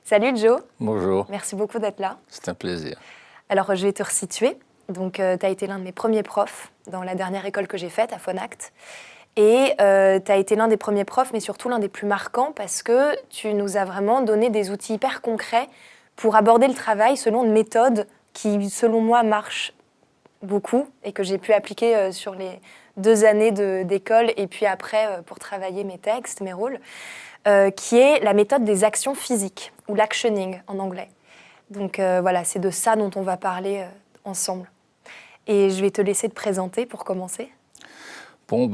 Salut Joe. Bonjour. Merci beaucoup d'être là. C'est un plaisir. Alors, je vais te resituer. Donc, tu as été l'un de mes premiers profs dans la dernière école que j'ai faite, à Phonact. Et tu as été l'un des premiers profs, mais surtout l'un des plus marquants, parce que tu nous as vraiment donné des outils hyper concrets pour aborder le travail selon une méthode qui, selon moi, marche beaucoup et que j'ai pu appliquer sur les 2 années d'école et puis après pour travailler mes textes, mes rôles, qui est la méthode des actions physiques, ou l'actioning en anglais. Donc voilà, c'est de ça dont on va parler ensemble. Et je vais te laisser te présenter pour commencer. Bon,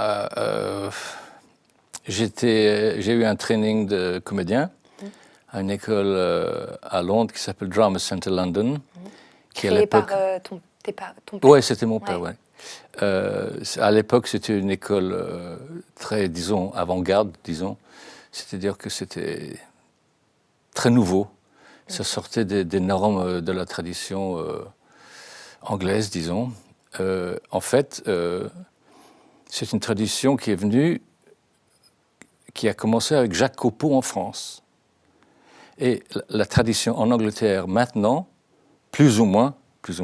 j'ai eu un training de comédien à une école à Londres qui s'appelle Drama Centre London. Qui créé par ton père. Oui, c'était mon père, ouais. À l'époque, c'était une école très, disons, avant-garde, disons. C'est-à-dire que c'était très nouveau. Ça sortait des normes de la tradition anglaise, disons. En fait, c'est une tradition qui est venue, qui a commencé avec Jacques Copeau en France. Et la tradition en Angleterre, maintenant, plus ou moins,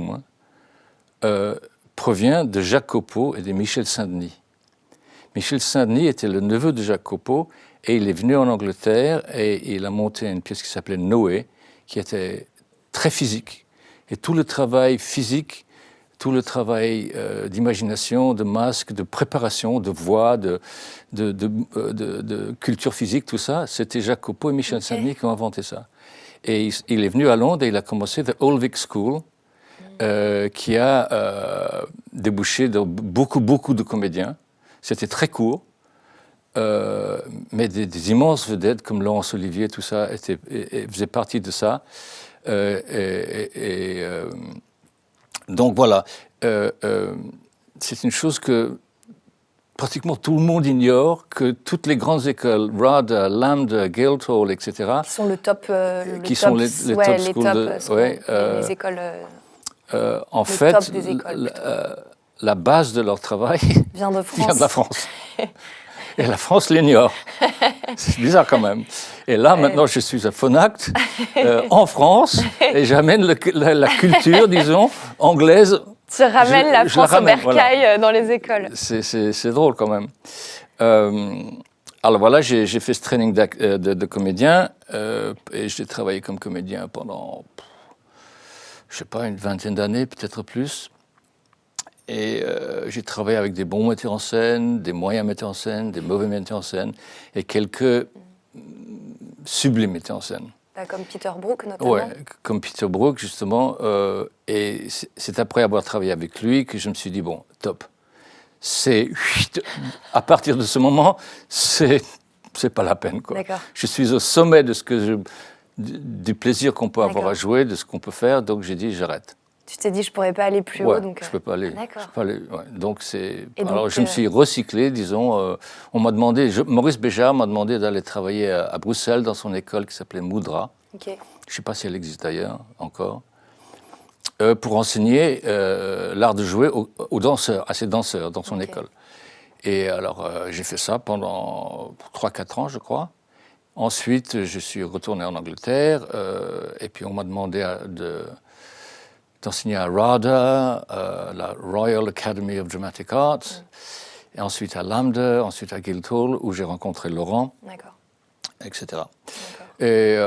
provient de Jacques Copeau et de Michel Saint-Denis. Michel Saint-Denis était le neveu de Jacques Copeau et il est venu en Angleterre et il a monté une pièce qui s'appelait Noé, qui était très physique. Et tout le travail physique, tout le travail d'imagination, de masque, de préparation, de voix, de culture physique, tout ça, c'était Jacques Copeau et Michel Saint-Denis qui ont inventé ça. Et il est venu à Londres et il a commencé The Old Vic School, qui a débouché de beaucoup de comédiens. C'était très court, mais des immenses vedettes comme Laurence Olivier, tout ça, faisaient partie de ça. Donc voilà, c'est une chose que pratiquement tout le monde ignore, que toutes les grandes écoles, RADA, Lambda, Guildhall, etc. Qui sont le top, les écoles. En fait, la base de leur travail vient de France. Vient de la France. Et la France l'ignore. C'est bizarre quand même. Et là, maintenant, je suis à Phonact, en France, et j'amène la culture, disons, anglaise. Tu ramènes la France au bercail dans les écoles. C'est drôle quand même. Alors voilà, j'ai fait ce training de comédien, et j'ai travaillé comme comédien pendant, je ne sais pas, une 20aine d'années, peut-être plus. Et j'ai travaillé avec des bons metteurs en scène, des moyens metteurs en scène, des mauvais metteurs en scène, et quelques sublimes metteurs en scène. Comme Peter Brook, notamment. Oui, comme Peter Brook, justement. Et c'est après avoir travaillé avec lui que je me suis dit, bon, top. À partir de ce moment, c'est pas la peine, quoi. Je suis au sommet de du plaisir qu'on peut avoir à jouer, de ce qu'on peut faire, donc j'ai dit, j'arrête. Tu t'es dit, je ne pourrais pas aller plus haut. Donc, je ne peux pas aller. D'accord. Donc, je me suis recyclé, disons. On m'a demandé, Maurice Béjart m'a demandé d'aller travailler à Bruxelles dans son école qui s'appelait Moudra. Je ne sais pas si elle existe d'ailleurs encore. Pour enseigner l'art de jouer aux danseurs, à ces danseurs dans son école. Et alors, j'ai fait ça pendant 3-4 ans, je crois. Ensuite, je suis retourné en Angleterre et puis on m'a demandé d'enseigner à RADA, la Royal Academy of Dramatic Arts, et ensuite à Lambda, ensuite à Guildhall, où j'ai rencontré Laurent, etc. Et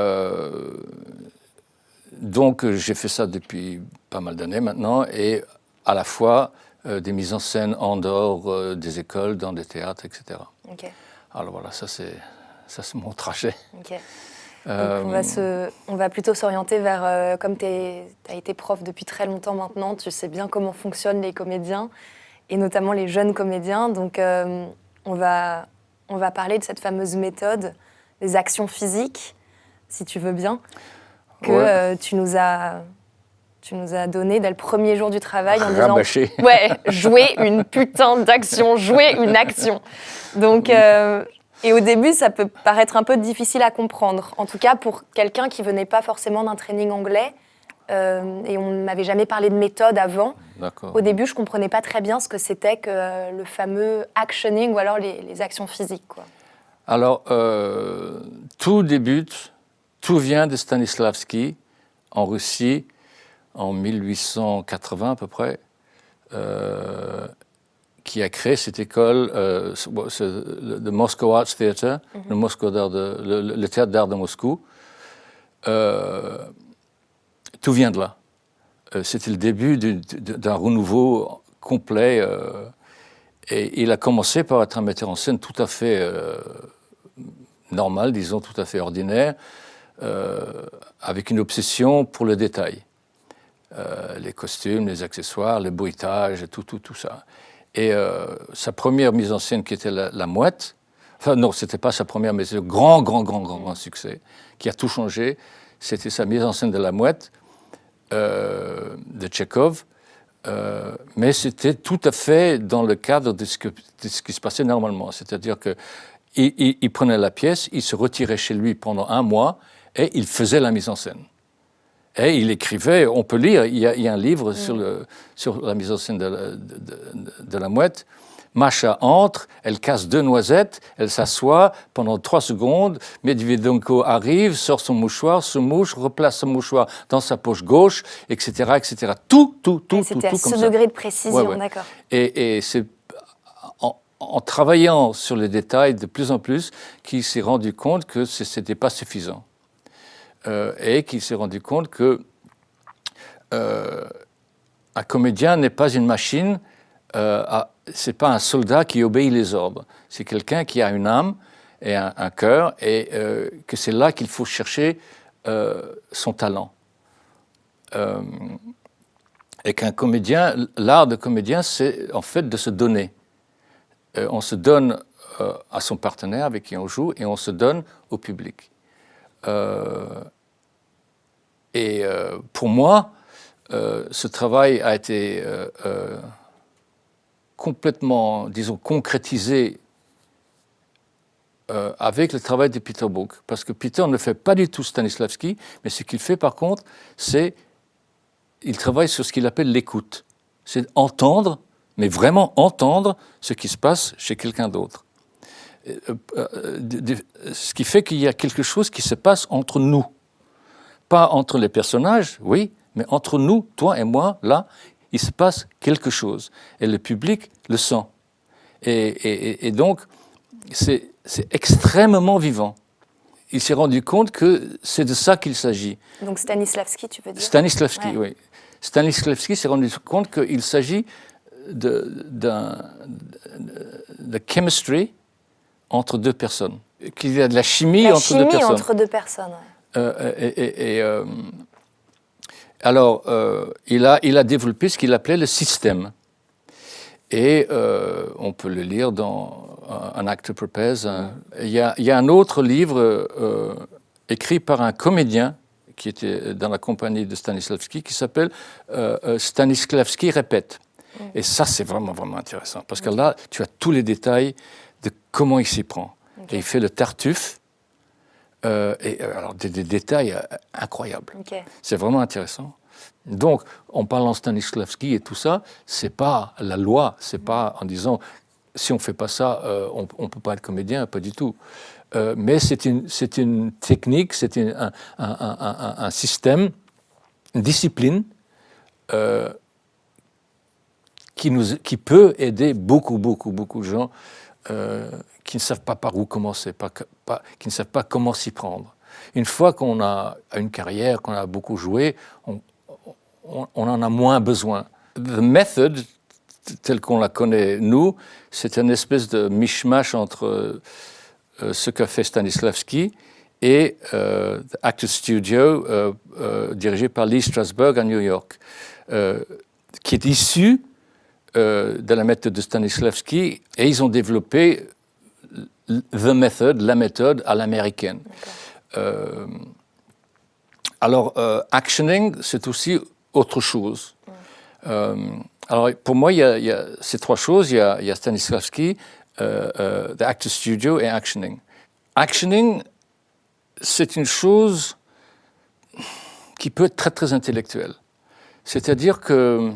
donc j'ai fait ça depuis pas mal d'années maintenant, et à la fois des mises en scène en dehors des écoles, dans des théâtres, etc. Alors voilà, ça c'est mon trajet. Donc on va plutôt s'orienter vers, comme tu as été prof depuis très longtemps maintenant, tu sais bien comment fonctionnent les comédiens, et notamment les jeunes comédiens. Donc on va parler de cette fameuse méthode des actions physiques, si tu veux bien, que tu nous as donné dès le premier jour du travail en disant « Ouais, jouer une putain d'action, jouer une action ». Donc... Et au début, ça peut paraître un peu difficile à comprendre. En tout cas, pour quelqu'un qui venait pas forcément d'un training anglais, et on ne m'avait jamais parlé de méthode avant. Au début, je comprenais pas très bien ce que c'était que le fameux actioning ou alors les actions physiques, quoi. Alors, tout débute tout vient de Stanislavski en Russie en 1880 à peu près, qui a créé cette école, le Moscow Arts Theatre, le théâtre d'art de Moscou. Tout vient de là. C'était le début d'un renouveau complet. Et il a commencé par être un metteur en scène tout à fait normal, disons, tout à fait ordinaire, avec une obsession pour le détail. Les costumes, les accessoires, le bruitage, tout ça. Et sa première mise en scène, qui était la Mouette, enfin non, c'était pas sa première, mais c'est le grand succès, qui a tout changé. C'était sa mise en scène de la Mouette, de Tchekhov, mais c'était tout à fait dans le cadre de ce qui se passait normalement. C'est-à-dire qu'il prenait la pièce, il se retirait chez lui pendant 1 mois et il faisait la mise en scène. Et il écrivait, on peut lire, il y a un livre sur la mise en scène de la Mouette. Masha entre, elle casse 2 noisettes, elle s'assoit pendant 3 secondes, Medvedenko arrive, sort son mouchoir, se mouche, replace son mouchoir dans sa poche gauche, etc. etc. Tout c'était à comme ce ça. degré de précision, d'accord. Et c'est en travaillant sur les détails de plus en plus qu'il s'est rendu compte que ce n'était pas suffisant. Et qu'il s'est rendu compte que un comédien n'est pas une machine, c'est pas un soldat qui obéit les ordres. C'est quelqu'un qui a une âme et un cœur, et que c'est là qu'il faut chercher son talent. Et qu'un comédien, l'art de comédien, c'est en fait de se donner. On se donne à son partenaire avec qui on joue, et on se donne au public. Pour moi, ce travail a été complètement, disons, concrétisé avec le travail de Peter Brook. Parce que Peter ne fait pas du tout Stanislavski, mais ce qu'il fait par contre, c'est il travaille sur ce qu'il appelle l'écoute. C'est entendre, mais vraiment entendre ce qui se passe chez quelqu'un d'autre. Ce qui fait qu'il y a quelque chose qui se passe entre nous. Pas entre les personnages, oui, mais entre nous, toi et moi, là, il se passe quelque chose. Et le public le sent. Et donc, c'est extrêmement vivant. Il s'est rendu compte que c'est de ça qu'il s'agit. Donc Stanislavski, tu veux dire ? Stanislavski, oui. Stanislavski s'est rendu compte qu'il s'agit de chemistry entre 2 personnes. Qu'il y a de la chimie entre 2 personnes. La chimie entre 2 personnes, alors, il a développé ce qu'il appelait le système. Et on peut le lire dans An Actor Prepares. Il y a un autre livre écrit par un comédien qui était dans la compagnie de Stanislavski, qui s'appelle Stanislavski répète. Et ça, c'est vraiment intéressant. Parce que là, tu as tous les détails de comment il s'y prend. Okay. Et il fait le Tartuffe. Alors des détails incroyables. Okay. C'est vraiment intéressant. Donc, en parlant Stanislavski et tout ça, c'est pas la loi, c'est pas en disant si on fait pas ça, on peut pas être comédien, pas du tout. Mais c'est une technique, c'est un système, une discipline qui peut aider beaucoup de gens qui ne savent pas par où commencer, qui ne savent pas comment s'y prendre. Une fois qu'on a une carrière, qu'on a beaucoup joué, on en a moins besoin. The method, telle qu'on la connaît nous, c'est une espèce de mishmash entre ce qu'a fait Stanislavski et The Actors Studio, dirigé par Lee Strasberg à New York, qui est issu de la méthode de Stanislavski, et ils ont développé the method, la méthode à l'américaine. Alors, actioning, c'est aussi autre chose. Alors, pour moi, il y a ces 3 choses. Il y a Stanislavski, The Actors Studio et actioning. Actioning, c'est une chose qui peut être très intellectuelle. C'est-à-dire que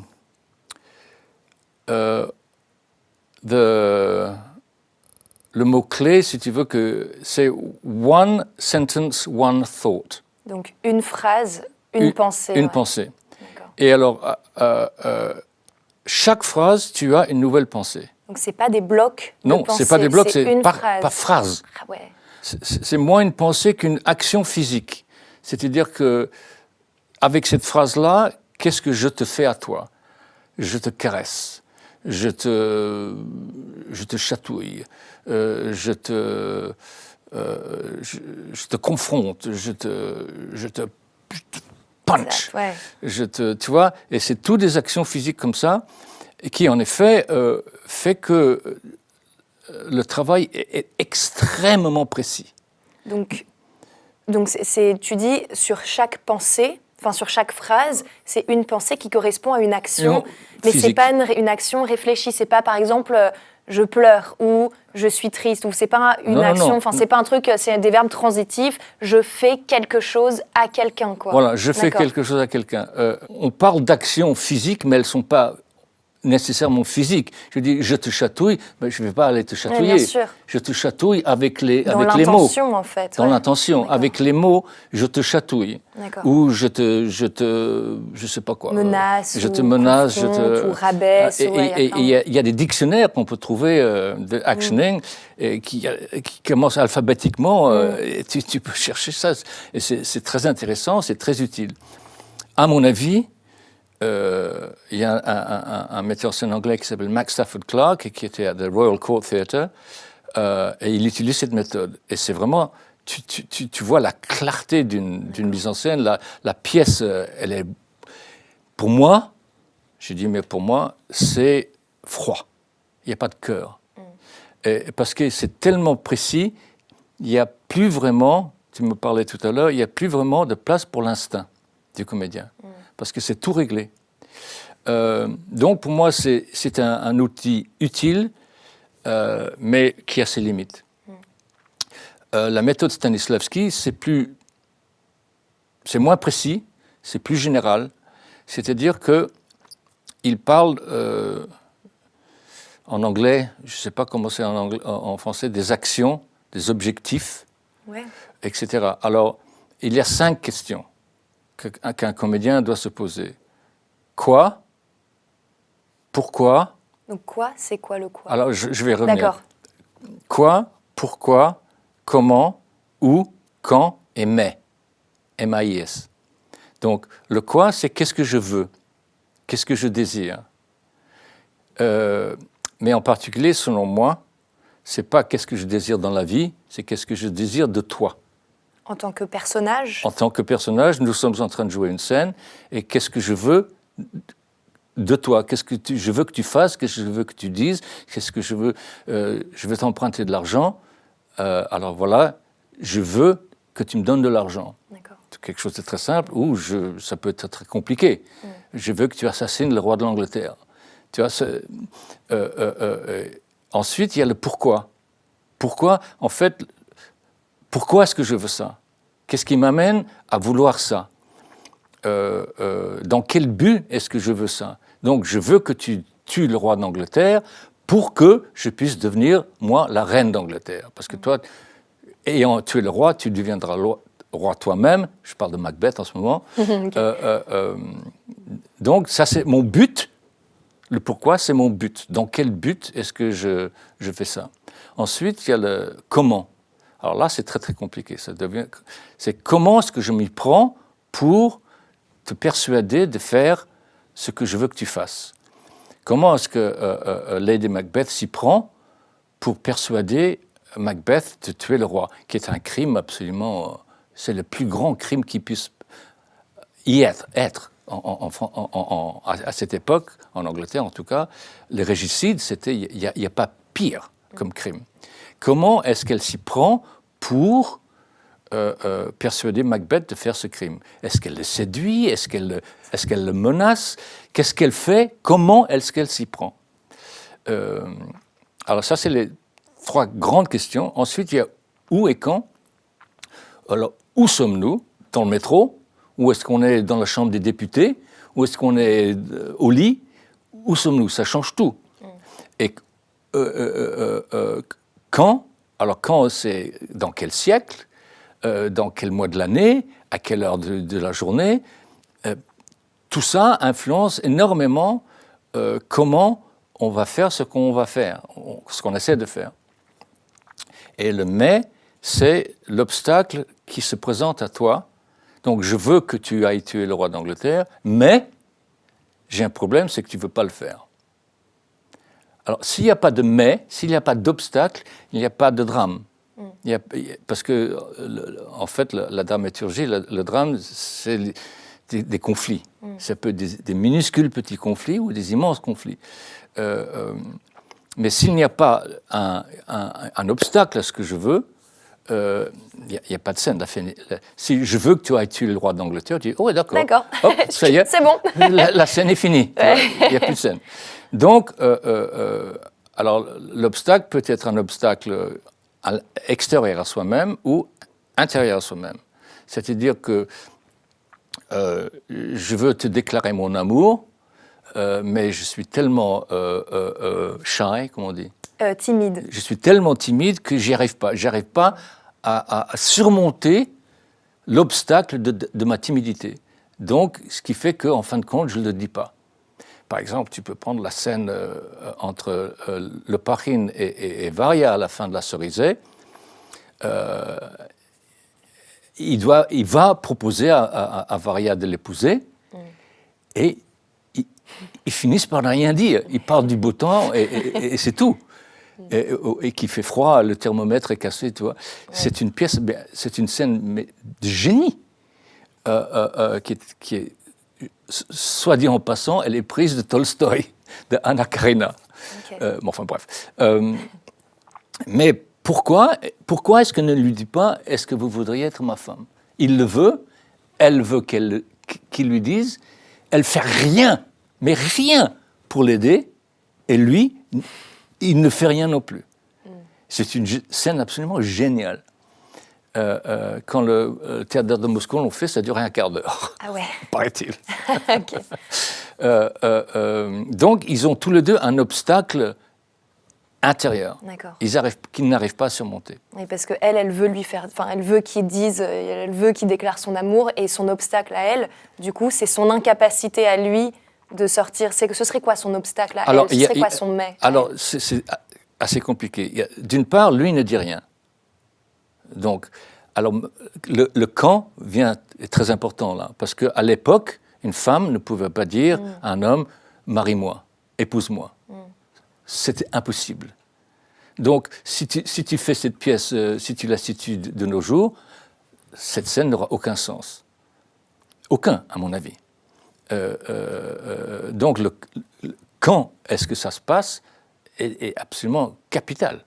le mot-clé, si tu veux, c'est one sentence, one thought. Donc, une phrase, une pensée. Une pensée. Et alors, chaque phrase, tu as une nouvelle pensée. Donc, ce n'est pas des blocs de non, pensée. C'est pas des blocs, c'est une par phrase. Ah ouais. C'est moins une pensée qu'une action physique. C'est-à-dire que, avec cette phrase-là, qu'est-ce que je te fais à toi? Je te caresse, je te chatouille, je te confronte, je te punch, tu vois, et c'est toutes des actions physiques comme ça, et qui en effet fait que le travail est extrêmement précis. Donc tu dis sur chaque pensée, enfin sur chaque phrase, c'est une pensée qui correspond à une action, mais c'est pas une action réfléchie. C'est pas par exemple je pleure ou je suis triste ou c'est pas une action. Enfin c'est pas un truc. C'est des verbes transitifs. Je fais quelque chose à quelqu'un, quoi. Voilà, je fais quelque chose à quelqu'un. On parle d'actions physiques, mais elles sont pas nécessairement physique. Je dis, je te chatouille, mais je ne vais pas aller te chatouiller. Bien sûr. Je te chatouille avec les mots. Dans l'intention, en fait. Dans l'intention. Avec les mots, je te chatouille. Ou je sais pas quoi. Menace. Je te menace. Ou rabaisse. Et il y a des dictionnaires qu'on peut trouver de actioning qui commencent alphabétiquement. Et tu peux chercher ça. Et c'est très intéressant, c'est très utile. À mon avis, il y a un metteur en scène anglais qui s'appelle Max Stafford Clark, qui était à the Royal Court Theatre, et il utilise cette méthode. Et c'est vraiment, tu vois la clarté d'une mise en scène, la pièce, elle est, pour moi, j'ai dit, mais pour moi, c'est froid. Il n'y a pas de cœur. Et parce que c'est tellement précis, il n'y a plus vraiment, tu me parlais tout à l'heure, il n'y a plus vraiment de place pour l'instinct du comédien. Parce que c'est tout réglé. Donc pour moi, c'est un outil utile, mais qui a ses limites. La méthode Stanislavski, c'est moins précis, c'est plus général. C'est-à-dire qu'il parle, en anglais, je ne sais pas comment c'est en français, des actions, des objectifs, etc. Alors, il y a 5 questions qu'un comédien doit se poser. Quoi? Pourquoi? Donc quoi? C'est quoi le quoi? Alors je vais revenir. D'accord. Quoi? Pourquoi? Comment? Où? Quand? Et mais. M-A-I-S. Donc le quoi, c'est qu'est-ce que je veux? Qu'est-ce que je désire? Mais en particulier, selon moi, c'est pas qu'est-ce que je désire dans la vie, c'est qu'est-ce que je désire de toi. En tant que personnage? En tant que personnage, nous sommes en train de jouer une scène, et qu'est-ce que je veux de toi? Qu'est-ce que je veux que tu fasses? Qu'est-ce que je veux que tu dises? Qu'est-ce que je veux? Je veux t'emprunter de l'argent. Alors voilà, je veux que tu me donnes de l'argent. D'accord. C'est quelque chose de très simple, ou ça peut être très compliqué. Je veux que tu assassines le roi de l'Angleterre. Tu vois, ensuite, il y a le pourquoi. Pourquoi, en fait, pourquoi est-ce que je veux ça? Qu'est-ce qui m'amène à vouloir ça? Dans quel but est-ce que je veux ça? Donc, je veux que tu tues le roi d'Angleterre pour que je puisse devenir, moi, la reine d'Angleterre. Parce que toi, ayant tué le roi, tu deviendras roi toi-même. Je parle de Macbeth en ce moment. Donc, ça, c'est mon but. Le pourquoi, c'est mon but. Dans quel but est-ce que je fais ça? Ensuite, il y a le comment. Alors là, c'est très, très compliqué. C'est comment est-ce que je m'y prends pour te persuader de faire ce que je veux que tu fasses. Comment est-ce que Lady Macbeth s'y prend pour persuader Macbeth de tuer le roi, qui est un crime absolument... c'est le plus grand crime qui puisse y être. À cette époque, en Angleterre en tout cas, les régicides, il n'y a pas pire comme crime. Comment est-ce qu'elle s'y prend pour persuader Macbeth de faire ce crime? Est-ce qu'elle le séduit? Est-ce qu'elle le menace? Qu'est-ce qu'elle fait? Comment est-ce qu'elle s'y prend? Alors ça, c'est les 3 grandes questions. Ensuite, il y a où et quand. Alors, où sommes-nous? Dans le métro? Ou est-ce qu'on est dans la chambre des députés? Ou est-ce qu'on est au lit? Où sommes-nous? Ça change tout. Et quand, alors quand c'est dans quel siècle, dans quel mois de l'année, à quelle heure de la journée, tout ça influence énormément comment on va faire ce qu'on va faire, ce qu'on essaie de faire. Et le mais, c'est l'obstacle qui se présente à toi. Donc je veux que tu ailles tuer le roi d'Angleterre, mais j'ai un problème, c'est que tu ne veux pas le faire. Alors s'il n'y a pas de mais, s'il n'y a pas d'obstacle, il n'y a pas de drame. Parce que, en fait, la dramaturgie, le drame, c'est des conflits. Ça peut être des minuscules petits conflits ou des immenses conflits. Mais s'il n'y a pas un obstacle à ce que je veux, il n'y a pas de scène. Si je veux que tu ailles tuer le roi d'Angleterre, tu dis « Oh, d'accord, hop, ça y est, c'est bon. la scène est finie. Il n'y a plus de scène. » Donc, alors, l'obstacle peut être un obstacle extérieur à soi-même ou intérieur à soi-même. C'est-à-dire que je veux te déclarer mon amour, mais je suis tellement shy, comment on dit ? Timide. Je suis tellement timide que j'y arrive pas. J'arrive pas à surmonter l'obstacle de ma timidité. Donc, ce qui fait qu'en fin de compte, je ne le dis pas. Par exemple, tu peux prendre la scène entre Lopahin et Varya à la fin de la Cerisay. Il va proposer à Varya de l'épouser et ils finissent par ne rien dire. Ils parlent du beau temps et c'est tout. Et qu'il fait froid, le thermomètre est cassé, tu vois. Ouais. C'est une pièce, c'est une scène de génie qui est, soit dit en passant, elle est prise de Tolstoï, de Anna Karenina. Okay. Bon, enfin bref. Mais pourquoi est-ce qu'elle ne lui dit pas « Est-ce que vous voudriez être ma femme ?» Il le veut, elle veut qu'il lui dise, elle fait rien, mais rien pour l'aider, et lui, il ne fait rien non plus. C'est une scène absolument géniale. Quand le théâtre de Moscou l'ont fait, ça durait un quart d'heure. Ah ouais. Paraît-il. Okay. Donc, ils ont tous les deux un obstacle intérieur. Qu'ils n'arrivent pas à surmonter. Oui, parce qu'elle, elle veut lui faire, enfin, elle veut qu'il dise, elle veut qu'il déclare son amour, et son obstacle à elle, du coup, c'est son incapacité à lui de sortir. Ce serait quoi son obstacle à elle ? Ce serait quoi son mais ? Alors, c'est assez compliqué. D'une part, lui ne dit rien. Donc, alors, le quand est très important là, parce qu'à l'époque, une femme ne pouvait pas dire à un homme « marie-moi, épouse-moi ». C'était impossible. Donc, si tu fais cette pièce, si tu la situes de nos jours, cette scène n'aura aucun sens. Aucun, à mon avis. Donc, quand est-ce que ça se passe est absolument capital.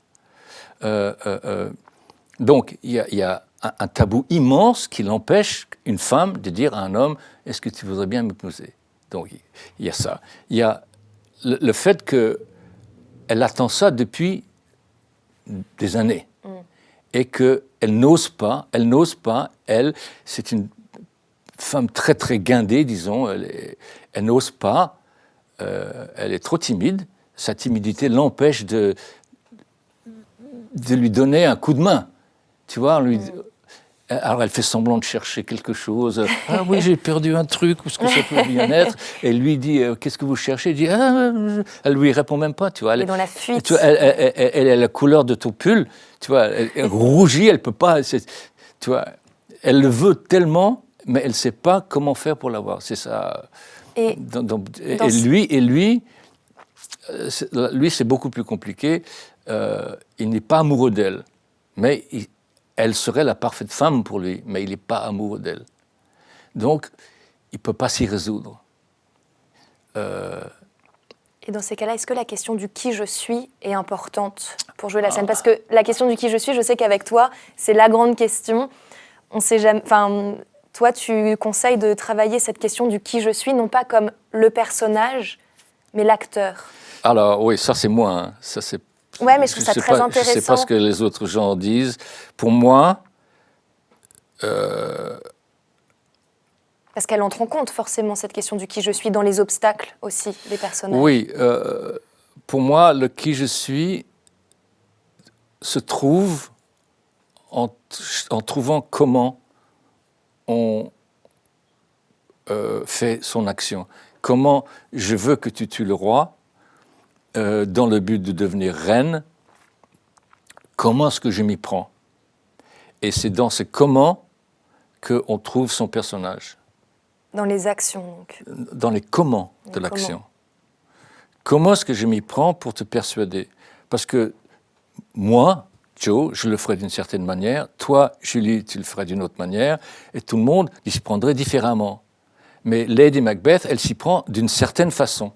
Donc, il y a un tabou immense qui l'empêche une femme de dire à un homme « Est-ce que tu voudrais bien m'épouser ?» Donc, il y a ça. Il y a le fait qu'elle attend ça depuis des années et qu'elle n'ose pas, c'est une femme très, très guindée, disons, elle n'ose pas, elle est trop timide, sa timidité l'empêche de lui donner un coup de main. Tu vois, alors elle fait semblant de chercher quelque chose. « Ah oui, j'ai perdu un truc, où est-ce que ça peut bien être ?» Et lui dit « Qu'est-ce que vous cherchez ?» Il dit « Ah !» Elle lui répond même pas, tu vois. Elle est dans la fuite. Tu vois, elle a la couleur de ton pull, tu vois, elle rougit, elle peut pas, tu vois, elle le veut tellement, mais elle sait pas comment faire pour l'avoir. C'est ça. Et lui, c'est beaucoup plus compliqué. Il n'est pas amoureux d'elle, mais elle serait la parfaite femme pour lui, mais il n'est pas amoureux d'elle. Donc, il ne peut pas s'y résoudre. Et dans ces cas-là, est-ce que la question du qui je suis est importante pour jouer la scène ? Parce que la question du qui je suis, je sais qu'avec toi, c'est la grande question. On sait jamais. Enfin, toi, tu conseilles de travailler cette question du qui je suis, non pas comme le personnage, mais l'acteur. Alors, oui, ça c'est moi. Hein. Ça, c'est... Ouais, mais je trouve ça très intéressant. Je ne sais pas ce que les autres gens disent. Pour moi... Parce qu'elle entre en compte forcément cette question du qui je suis dans les obstacles aussi des personnages. Oui, pour moi, le qui je suis se trouve en trouvant comment on fait son action. Comment je veux que tu tues le roi dans le but de devenir reine. Comment est-ce que je m'y prends? Et c'est dans ce comment qu'on trouve son personnage. Dans les actions, donc. Dans les comment de l'action. Comment est-ce que je m'y prends pour te persuader? Parce que moi, Joe, je le ferai d'une certaine manière, toi, Julie, tu le ferais d'une autre manière, et tout le monde il s'y prendrait différemment. Mais Lady Macbeth, elle s'y prend d'une certaine façon,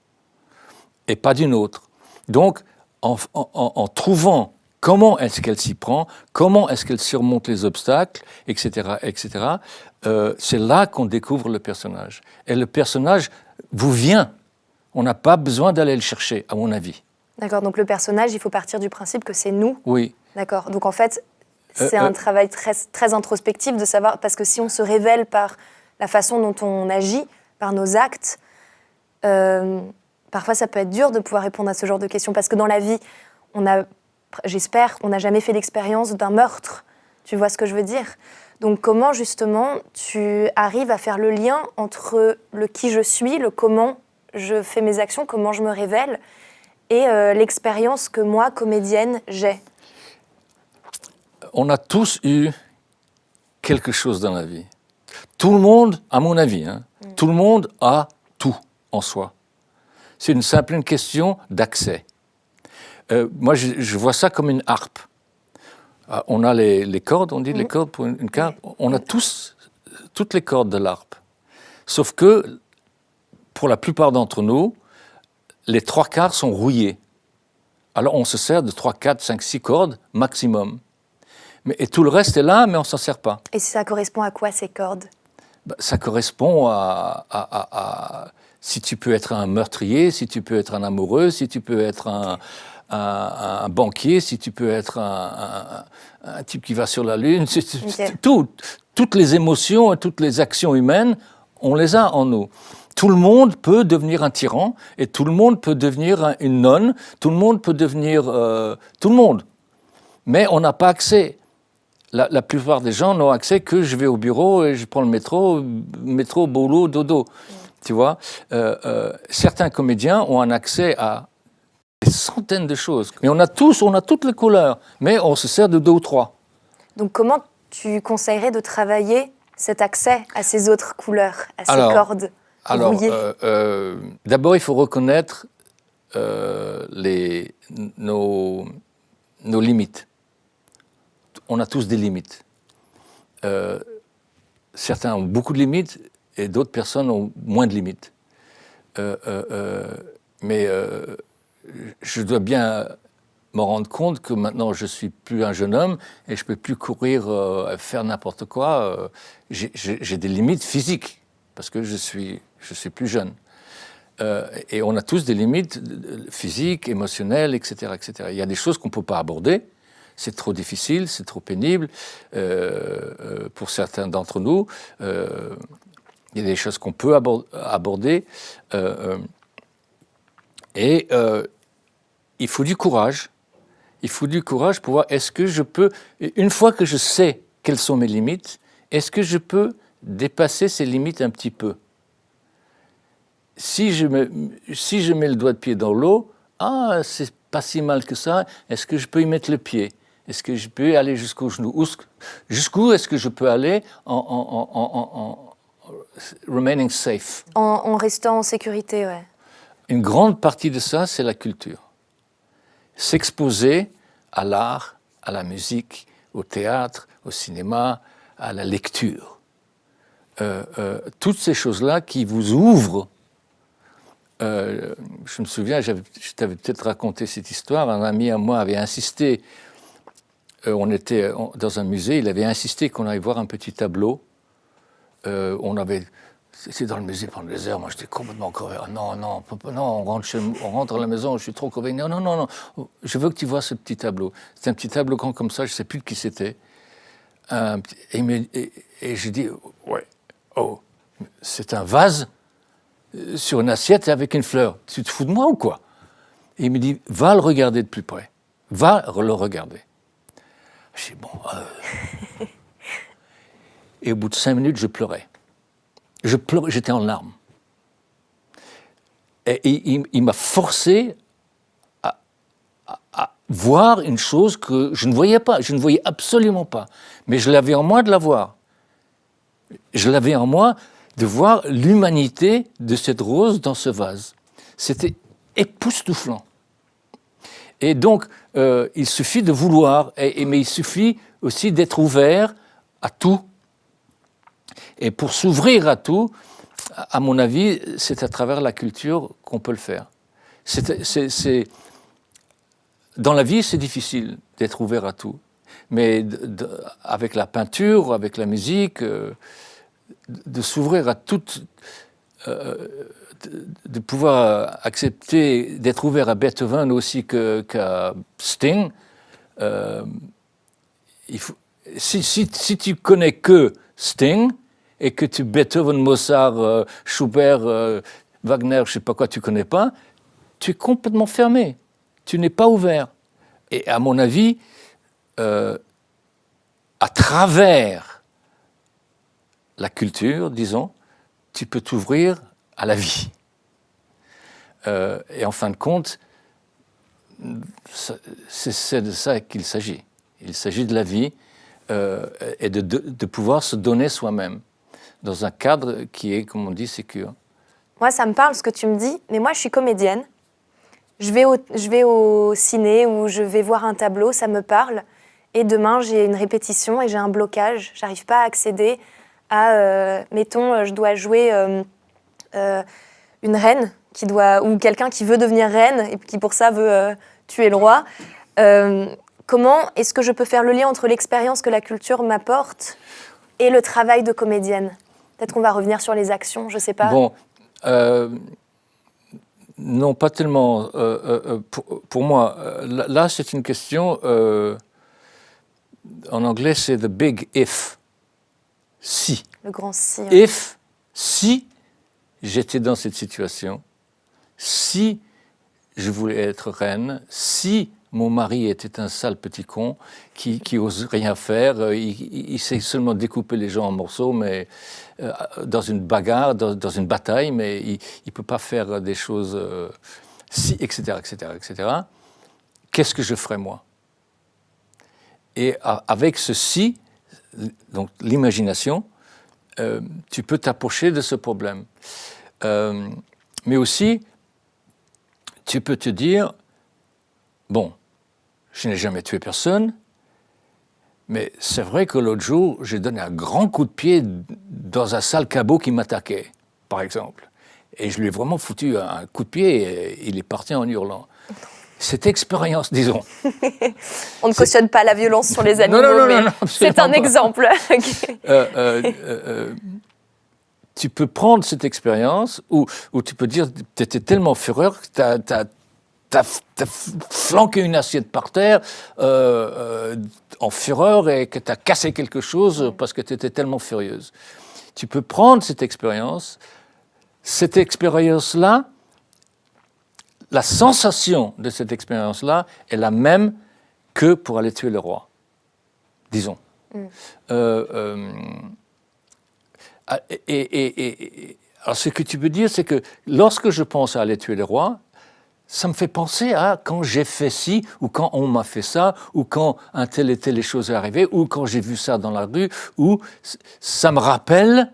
et pas d'une autre. Donc, en trouvant comment est-ce qu'elle s'y prend, comment est-ce qu'elle surmonte les obstacles, etc., c'est là qu'on découvre le personnage. Et le personnage vous vient. On n'a pas besoin d'aller le chercher, à mon avis. D'accord, donc le personnage, il faut partir du principe que c'est nous. Oui. D'accord, donc en fait, c'est un travail très, très introspectif de savoir, parce que si on se révèle par la façon dont on agit, par nos actes, parfois ça peut être dur de pouvoir répondre à ce genre de questions, parce que dans la vie, j'espère, on n'a jamais fait l'expérience d'un meurtre. Tu vois ce que je veux dire? Donc comment justement tu arrives à faire le lien entre le qui je suis, le comment je fais mes actions, comment je me révèle, et l'expérience que moi, comédienne, j'ai? On a tous eu quelque chose dans la vie. Tout le monde, à mon avis, tout le monde a tout en soi. C'est une simple question d'accès. Moi, je vois ça comme une harpe. On a les cordes, on dit les cordes pour une harpe. On a tous toutes les cordes de l'harpe. Sauf que, pour la plupart d'entre nous, les 3/4 sont rouillés. Alors, on se sert de 3, 4, 5, 6 cordes maximum. Et tout le reste est là, mais on ne s'en sert pas. Et ça correspond à quoi, ces cordes? Ça correspond à si tu peux être un meurtrier, si tu peux être un amoureux, si tu peux être un banquier, si tu peux être un type qui va sur la Lune. Toutes les émotions et toutes les actions humaines, on les a en nous. Tout le monde peut devenir un tyran et tout le monde peut devenir une nonne, tout le monde peut devenir tout le monde. Mais on n'a pas accès. La plupart des gens n'ont accès que je vais au bureau et je prends le métro, boulot, dodo. Tu vois, certains comédiens ont un accès à des centaines de choses. Mais on a toutes les couleurs, mais on se sert de 2 ou 3. Donc comment tu conseillerais de travailler cet accès à ces autres couleurs, à ces cordes rouillées? D'abord, il faut reconnaître nos limites. On a tous des limites. Certains ont beaucoup de limites et d'autres personnes ont moins de limites. Mais je dois bien me rendre compte que maintenant je ne suis plus un jeune homme et je ne peux plus courir, faire n'importe quoi. J'ai des limites physiques parce que je suis plus jeune. Et on a tous des limites physiques, émotionnelles, etc., etc. Il y a des choses qu'on ne peut pas aborder. C'est trop difficile, c'est trop pénible pour certains d'entre nous. Il y a des choses qu'on peut aborder. Et il faut du courage. Il faut du courage pour voir, est-ce que je peux, une fois que je sais quelles sont mes limites, est-ce que je peux dépasser ces limites un petit peu? Si je mets le doigt de pied dans l'eau, c'est pas si mal que ça, est-ce que je peux y mettre le pied? Est-ce que je peux aller jusqu'au genou? Jusqu'où est-ce que je peux aller en remaining safe? En restant en sécurité, ouais. Une grande partie de ça, c'est la culture. S'exposer à l'art, à la musique, au théâtre, au cinéma, à la lecture. Toutes ces choses-là qui vous ouvrent. Je me souviens, je t'avais peut-être raconté cette histoire, un ami à moi avait insisté, on était dans un musée, il avait insisté qu'on aille voir un petit tableau. C'était dans le musée pendant des heures, moi j'étais complètement crevé. Non, on rentre à la maison, je suis trop crevé. Non, je veux que tu vois ce petit tableau. C'est un petit tableau grand comme ça, je ne sais plus de qui c'était. Et je dis, ouais, c'est un vase sur une assiette avec une fleur. Tu te fous de moi ou quoi? Et il me dit, va le regarder de plus près. va le regarder. Je dis, bon... Et au bout de 5 minutes, je pleurais. J'étais en larmes. Et il m'a forcé à voir une chose que je ne voyais pas, je ne voyais absolument pas. Mais je l'avais en moi de la voir. Je l'avais en moi de voir l'humanité de cette rose dans ce vase. C'était époustouflant. Et donc, il suffit de vouloir, mais il suffit aussi d'être ouvert à tout. Et pour s'ouvrir à tout, à mon avis, c'est à travers la culture qu'on peut le faire. Dans la vie, c'est difficile d'être ouvert à tout. Mais avec la peinture, avec la musique, de s'ouvrir à tout, de pouvoir accepter d'être ouvert à Beethoven aussi qu'à Sting, si tu connais que Sting, et que tu Beethoven, Mozart, Schubert, Wagner, je ne sais pas quoi, tu ne connais pas, tu es complètement fermé. Tu n'es pas ouvert. Et à mon avis, à travers la culture, disons, tu peux t'ouvrir à la vie. Et en fin de compte, c'est de ça qu'il s'agit. Il s'agit de la vie et de pouvoir se donner soi-même dans un cadre qui est, comme on dit, sécure. Moi, ça me parle ce que tu me dis, mais moi, je suis comédienne. Je vais au ciné ou je vais voir un tableau, ça me parle. Et demain, j'ai une répétition et j'ai un blocage. Je n'arrive pas à accéder à, mettons, je dois jouer une reine ou quelqu'un qui veut devenir reine et qui, pour ça, veut tuer le roi. Comment est-ce que je peux faire le lien entre l'expérience que la culture m'apporte et le travail de comédienne ? Peut-être qu'on va revenir sur les actions, je ne sais pas. Bon, non, pas tellement. Pour moi, là, c'est une question, en anglais, c'est the big if. Si. Le grand si. Hein. If, si j'étais dans cette situation, si je voulais être reine, si mon mari était un sale petit con qui n'ose rien faire, il sait seulement découper les gens en morceaux, mais dans une bagarre, dans une bataille, mais il ne peut pas faire des choses si, etc., etc., etc. Qu'est-ce que je ferais moi ? Et avec ceci, donc l'imagination, tu peux t'approcher de ce problème. Mais aussi, tu peux te dire, bon, je n'ai jamais tué personne, mais c'est vrai que l'autre jour, j'ai donné un grand coup de pied dans un sale cabot qui m'attaquait, par exemple. Et je lui ai vraiment foutu un coup de pied et il est parti en hurlant. Cette expérience, disons... On ne cautionne pas la violence sur les animaux, non, c'est un exemple. Tu peux prendre cette expérience où tu peux dire, tu étais tellement fureur que t'as flanqué une assiette par terre en fureur et que tu as cassé quelque chose parce que tu étais tellement furieuse. Tu peux prendre cette expérience-là, la sensation de cette expérience-là est la même que pour aller tuer le roi, disons. Alors ce que tu peux dire, c'est que lorsque je pense à aller tuer le roi, ça me fait penser à quand j'ai fait ci, ou quand on m'a fait ça, ou quand un tel et telle chose est arrivé, ou quand j'ai vu ça dans la rue, ou ça me rappelle...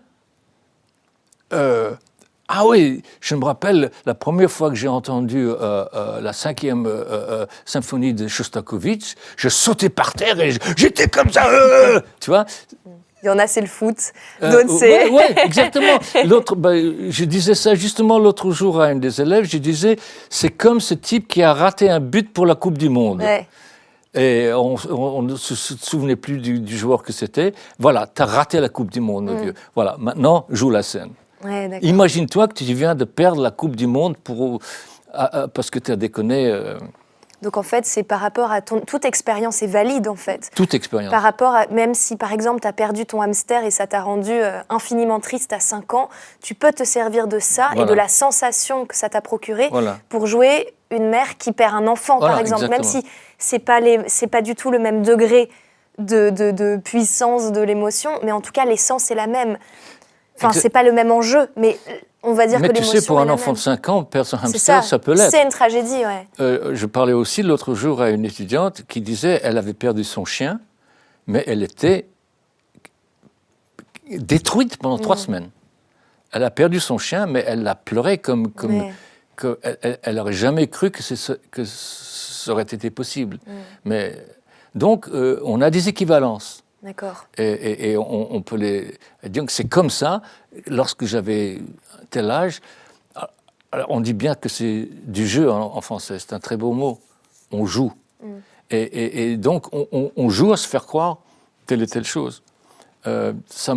ah oui, je me rappelle la première fois que j'ai entendu la 5e symphonie de Shostakovich, je sautais par terre et j'étais comme ça, tu vois. Il y en a, c'est le foot, d'autres, c'est... Oui, exactement. Je disais ça justement l'autre jour à un des élèves, je disais, c'est comme ce type qui a raté un but pour la Coupe du Monde. Ouais. Et on ne se souvenait plus du joueur que c'était. Voilà, tu as raté la Coupe du Monde, mon vieux. Voilà, maintenant, joue la scène. Ouais, d'accord. Imagine-toi que tu viens de perdre la Coupe du Monde parce que tu as déconné Donc en fait, c'est par rapport à toute expérience est valide en fait. Toute expérience. Par rapport à, même si par exemple tu as perdu ton hamster et ça t'a rendu infiniment triste à 5 ans, tu peux te servir de ça et de la sensation que ça t'a procuré pour jouer une mère qui perd un enfant par exemple. Exactement. Même si c'est pas du tout le même degré de puissance de l'émotion, mais en tout cas l'essence est la même. Enfin, c'est pas le même enjeu, mais on va dire que l'émotion. Mais tu sais, pour un enfant de 5 ans, perdre son hamster, ça peut l'être. C'est une tragédie, ouais. Je parlais aussi l'autre jour à une étudiante qui disait qu'elle avait perdu son chien, mais elle était détruite pendant 3 semaines. Elle a perdu son chien, mais elle l'a pleuré comme elle n'aurait jamais cru que ça aurait été possible. Mais donc, on a des équivalences. D'accord. Et on peut les dire que c'est comme ça. Lorsque j'avais tel âge, alors on dit bien que c'est du jeu en français, c'est un très beau mot. On joue. Et donc, on joue à se faire croire telle et telle chose. Ça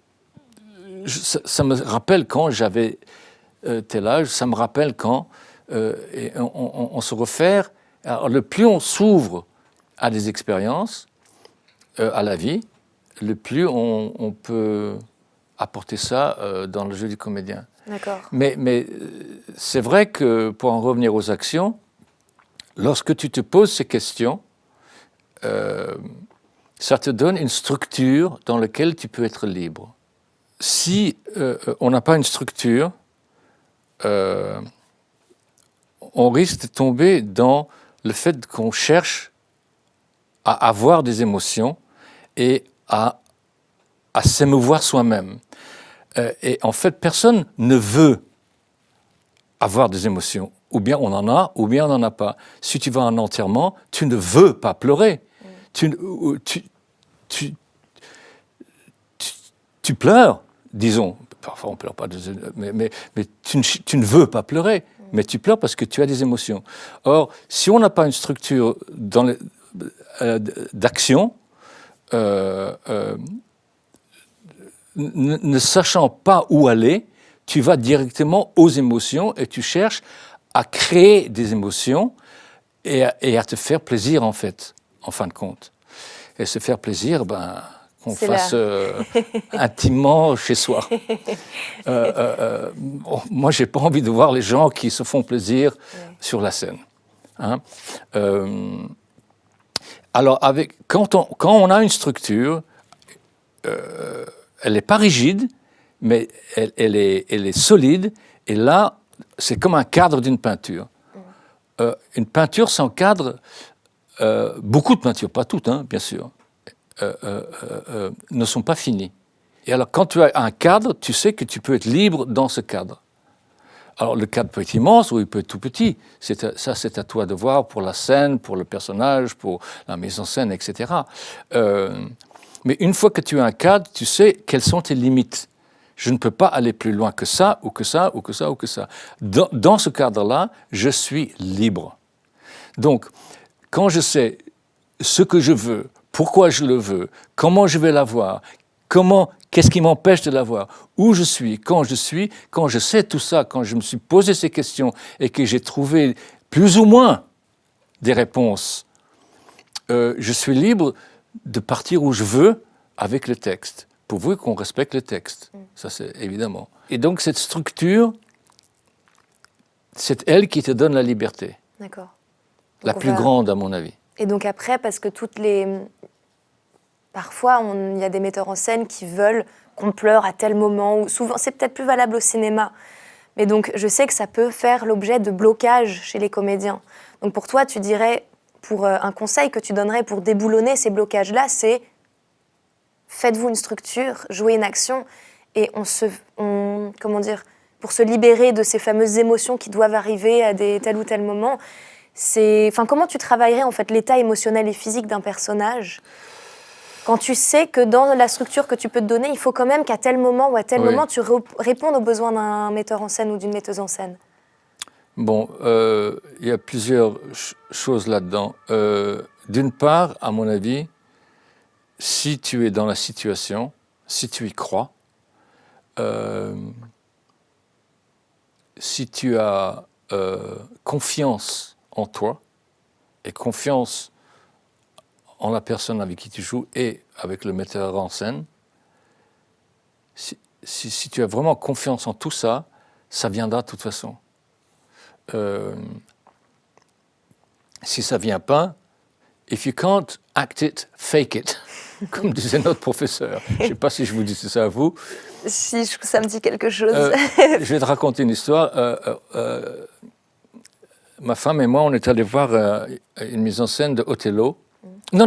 me rappelle quand j'avais tel âge, ça me rappelle quand on se réfère. Alors, le plus on s'ouvre à des expériences, à la vie, le plus on peut apporter ça dans le jeu du comédien. D'accord. Mais c'est vrai que, pour en revenir aux actions, lorsque tu te poses ces questions, ça te donne une structure dans laquelle tu peux être libre. Si on n'a pas une structure, on risque de tomber dans le fait qu'on cherche à avoir des émotions et à s'émouvoir soi-même. Et en fait, personne ne veut avoir des émotions. Ou bien on en a, ou bien on n'en a pas. Si tu vas à un enterrement, tu ne veux pas pleurer. Tu pleures, disons. Parfois on ne pleure pas, mais tu ne veux pas pleurer. Mais tu pleures parce que tu as des émotions. Or, si on n'a pas une structure d'action, ne sachant pas où aller, tu vas directement aux émotions et tu cherches à créer des émotions et à te faire plaisir en fait, en fin de compte. Et se faire plaisir, qu'on fasse intimement chez soi. Moi, j'ai pas envie de voir les gens qui se font plaisir sur la scène. Hein. Alors, quand on a une structure, elle n'est pas rigide, mais elle est solide. Et là, c'est comme un cadre d'une peinture. Une peinture sans cadre, beaucoup de peintures, pas toutes, hein, bien sûr, ne sont pas finies. Et alors, quand tu as un cadre, tu sais que tu peux être libre dans ce cadre. Alors, le cadre peut être immense ou il peut être tout petit. Ça, c'est à toi de voir pour la scène, pour le personnage, pour la mise en scène, etc. Mais une fois que tu as un cadre, tu sais quelles sont tes limites. Je ne peux pas aller plus loin que ça, ou que ça, ou que ça, ou que ça. Dans ce cadre-là, je suis libre. Donc, quand je sais ce que je veux, pourquoi je le veux, comment je vais l'avoir, qu'est-ce qui m'empêche de l'avoir, où je suis, quand je sais tout ça, quand je me suis posé ces questions et que j'ai trouvé plus ou moins des réponses, je suis libre de partir où je veux avec le texte, pourvu qu'on respecte le texte. Ça, c'est évidemment. Et donc, cette structure, c'est elle qui te donne la liberté. D'accord. La plus grande, à mon avis. Et donc après, parce que parfois, il y a des metteurs en scène qui veulent qu'on pleure à tel moment, ou souvent, c'est peut-être plus valable au cinéma. Mais donc, je sais que ça peut faire l'objet de blocages chez les comédiens. Donc pour toi, tu dirais, pour un conseil que tu donnerais pour déboulonner ces blocages-là, c'est faites-vous une structure, jouez une action, et comment dire, pour se libérer de ces fameuses émotions qui doivent arriver à tel ou tel moment. Comment tu travaillerais en fait l'état émotionnel et physique d'un personnage quand tu sais que dans la structure que tu peux te donner, il faut quand même qu'à tel moment ou à tel moment, tu répondes aux besoins d'un metteur en scène ou d'une metteuse en scène? Bon, il y a plusieurs choses là-dedans. D'une part, à mon avis, si tu es dans la situation, si tu y crois, si tu as confiance en toi, et confiance en la personne avec qui tu joues et avec le metteur en scène, si tu as vraiment confiance en tout ça, ça viendra de toute façon. Si ça ne vient pas, if you can't act it, fake it, comme disait notre professeur. Je ne sais pas si je vous dis ça à vous. Si, ça me dit quelque chose. Je vais te raconter une histoire. Ma femme et moi, on est allés voir une mise en scène de Othello. Non.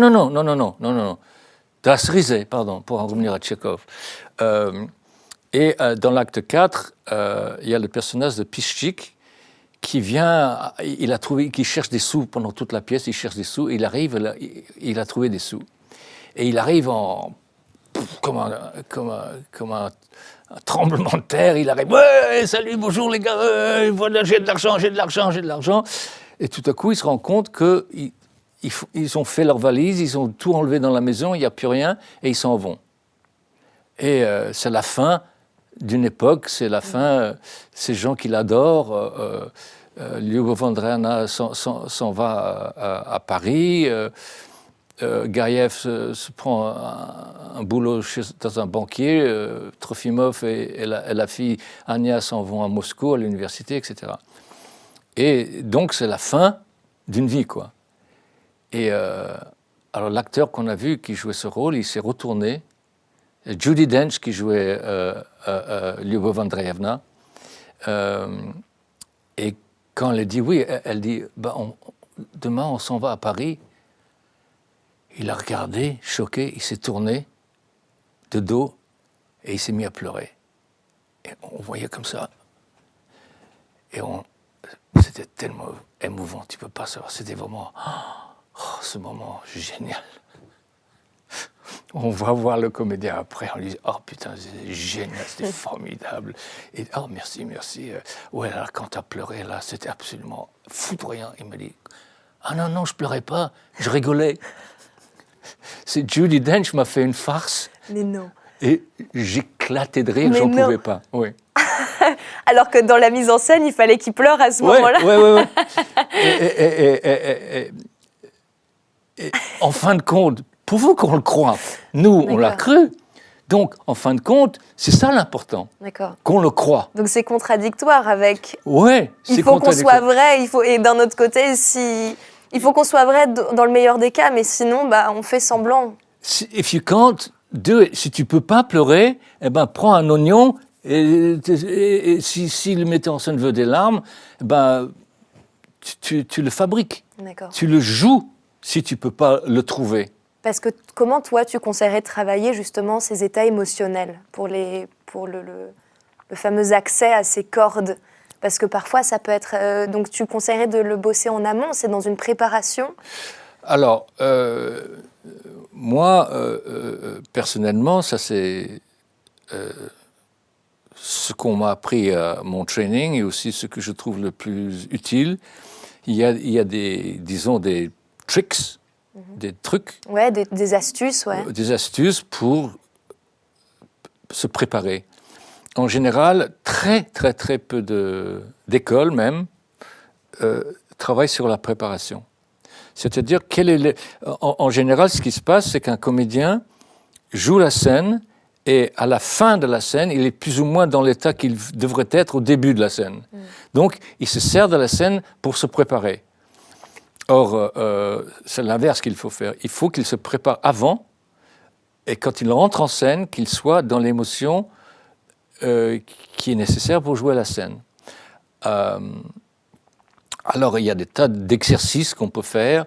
Das Risée, pardon, pour en revenir à Tchekhov. Et dans l'acte 4, il y a le personnage de Pischik qui vient, qui cherche des sous pendant toute la pièce, il cherche des sous, et il arrive, il a trouvé des sous. Et il arrive comme un tremblement de terre, il arrive, ouais, salut, bonjour les gars, voilà, j'ai de l'argent. Et tout à coup, il se rend compte qu'ils ont fait leur valise, ils ont tout enlevé dans la maison, il n'y a plus rien, et ils s'en vont. Et c'est la fin d'une époque, c'est la fin, ces gens qu'il adore, Lyubovandriana s'en va à Paris, Gariev se prend un boulot dans un banquier, Trofimov et la fille Anya s'en vont à Moscou, à l'université, etc. Et donc c'est la fin d'une vie, quoi. Et alors l'acteur qu'on a vu qui jouait ce rôle, il s'est retourné, Judi Dench qui jouait Lyubov Andreevna, et quand elle dit oui, elle dit demain on s'en va à Paris. Il a regardé, choqué, il s'est tourné de dos et il s'est mis à pleurer. Et on voyait comme ça. Et c'était tellement émouvant, tu ne peux pas savoir. C'était vraiment ce moment génial. On va voir le comédien après, on lui dit « Oh putain, c'est génial, c'était formidable. » Et « Oh merci. Ouais, là, quand tu as pleuré, là, c'était absolument foudroyant. » Il m'a dit « Ah non, je pleurais pas, je rigolais. » C'est Judi Dench m'a fait une farce. Mais non. Et j'éclatais de rire, j'en pouvais pas. Oui. Alors que dans la mise en scène, il fallait qu'il pleure à ce moment-là. Ouais. Et en fin de compte, pourvu qu'on le croit, nous, on l'a cru. Donc, en fin de compte, c'est ça l'important. D'accord. Qu'on le croit. Donc c'est contradictoire avec... Ouais, il faut qu'on soit vrai, et d'un autre côté, il faut qu'on soit vrai dans le meilleur des cas, mais sinon, on fait semblant. If you can't do it, si tu peux pas pleurer, prends un oignon et si le metteur en scène veut des larmes, tu le fabriques. D'accord. Tu le joues si tu peux pas le trouver. Parce que comment toi tu conseillerais de travailler justement ces états émotionnels pour le fameux accès à ces cordes? Parce que parfois, ça peut être... donc, tu conseillerais de le bosser en amont, c'est dans une préparation? Alors, moi, personnellement, ça c'est ce qu'on m'a appris à mon training et aussi ce que je trouve le plus utile. Il y a des tricks, des trucs. Ouais, des astuces, ouais. Des astuces pour se préparer. En général, très peu d'écoles même travaillent sur la préparation. C'est-à-dire, en général, ce qui se passe, c'est qu'un comédien joue la scène et à la fin de la scène, il est plus ou moins dans l'état qu'il devrait être au début de la scène. Donc, il se sert de la scène pour se préparer. Or, c'est l'inverse qu'il faut faire. Il faut qu'il se prépare avant et quand il rentre en scène, qu'il soit dans l'émotion qui est nécessaire pour jouer la scène. Alors, il y a des tas d'exercices qu'on peut faire.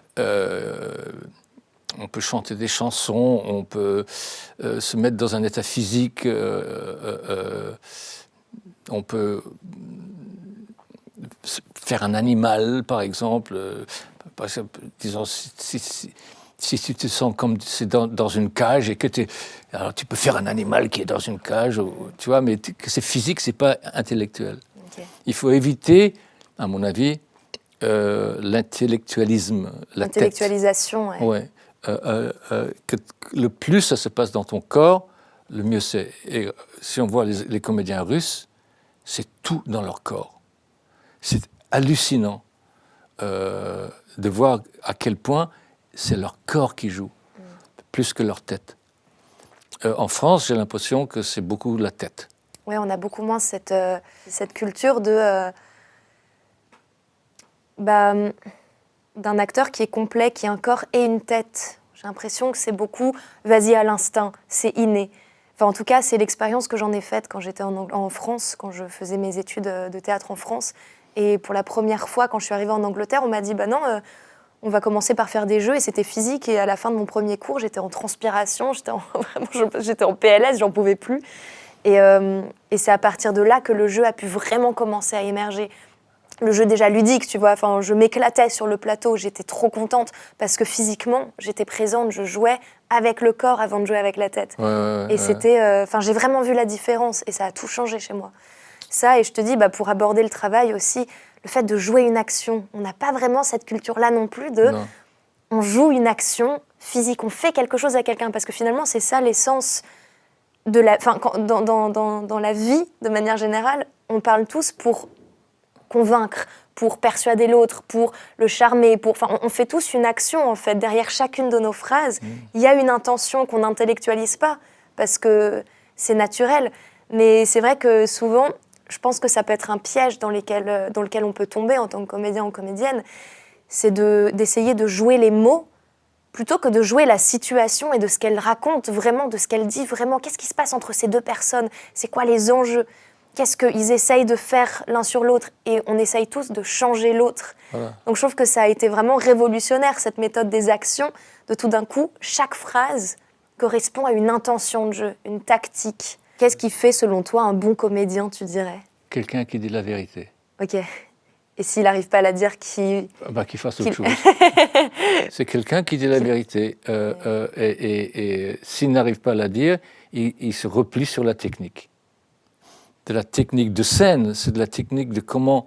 On peut chanter des chansons, on peut se mettre dans un état physique, on peut faire un animal, par exemple. Disons, si tu te sens comme c'est dans une cage et que alors tu peux faire un animal qui est dans une cage, tu vois, mais que c'est physique, c'est pas intellectuel. Okay. Il faut éviter, à mon avis, l'intellectualisme, l'intellectualisation, tête. Ouais. Que le plus ça se passe dans ton corps, le mieux c'est. Et si on voit les comédiens russes, c'est tout dans leur corps. C'est hallucinant. de voir à quel point c'est leur corps qui joue, plus que leur tête. En France, j'ai l'impression que c'est beaucoup la tête. Oui, on a beaucoup moins cette culture de d'un acteur qui est complet, qui a un corps et une tête. J'ai l'impression que c'est beaucoup vas-y à l'instinct, c'est inné. Enfin, en tout cas, c'est l'expérience que j'en ai faite quand j'étais en France, quand je faisais mes études de théâtre en France. Et pour la première fois, quand je suis arrivée en Angleterre, on m'a dit non, on va commencer par faire des jeux. Et c'était physique. Et à la fin de mon premier cours, j'étais en transpiration, j'étais en PLS, j'en pouvais plus. Et c'est à partir de là que le jeu a pu vraiment commencer à émerger. Le jeu déjà ludique, tu vois, enfin, je m'éclatais sur le plateau, j'étais trop contente parce que physiquement, j'étais présente, je jouais avec le corps avant de jouer avec la tête. Et c'était, j'ai vraiment vu la différence et ça a tout changé chez moi. Ça, et je te dis, pour aborder le travail aussi, le fait de jouer une action, on n'a pas vraiment cette culture-là non plus de, on joue une action physique, on fait quelque chose à quelqu'un, parce que finalement, c'est ça l'essence de la, dans la vie, de manière générale, on parle tous pour convaincre, pour persuader l'autre, pour le charmer, on fait tous une action en fait. Derrière chacune de nos phrases, il y a une intention qu'on n'intellectualise pas parce que c'est naturel. Mais c'est vrai que souvent, je pense que ça peut être un piège dans lequel on peut tomber en tant que comédien ou comédienne, c'est d'essayer de jouer les mots plutôt que de jouer la situation et de ce qu'elle raconte vraiment, de ce qu'elle dit vraiment. Qu'est-ce qui se passe entre ces deux personnes? C'est quoi les enjeux? Qu'est-ce qu'ils essayent de faire l'un sur l'autre? Et on essaye tous de changer l'autre. Voilà. Donc je trouve que ça a été vraiment révolutionnaire, cette méthode des actions, de tout d'un coup, chaque phrase correspond à une intention de jeu, une tactique. Qu'est-ce qui fait, selon toi, un bon comédien, tu dirais? Quelqu'un qui dit la vérité. Ok. Et s'il n'arrive pas à la dire, qu'il fasse autre chose. C'est quelqu'un qui dit la vérité. Et s'il n'arrive pas à la dire, il se replie sur la technique. De la technique de scène, c'est de la technique de comment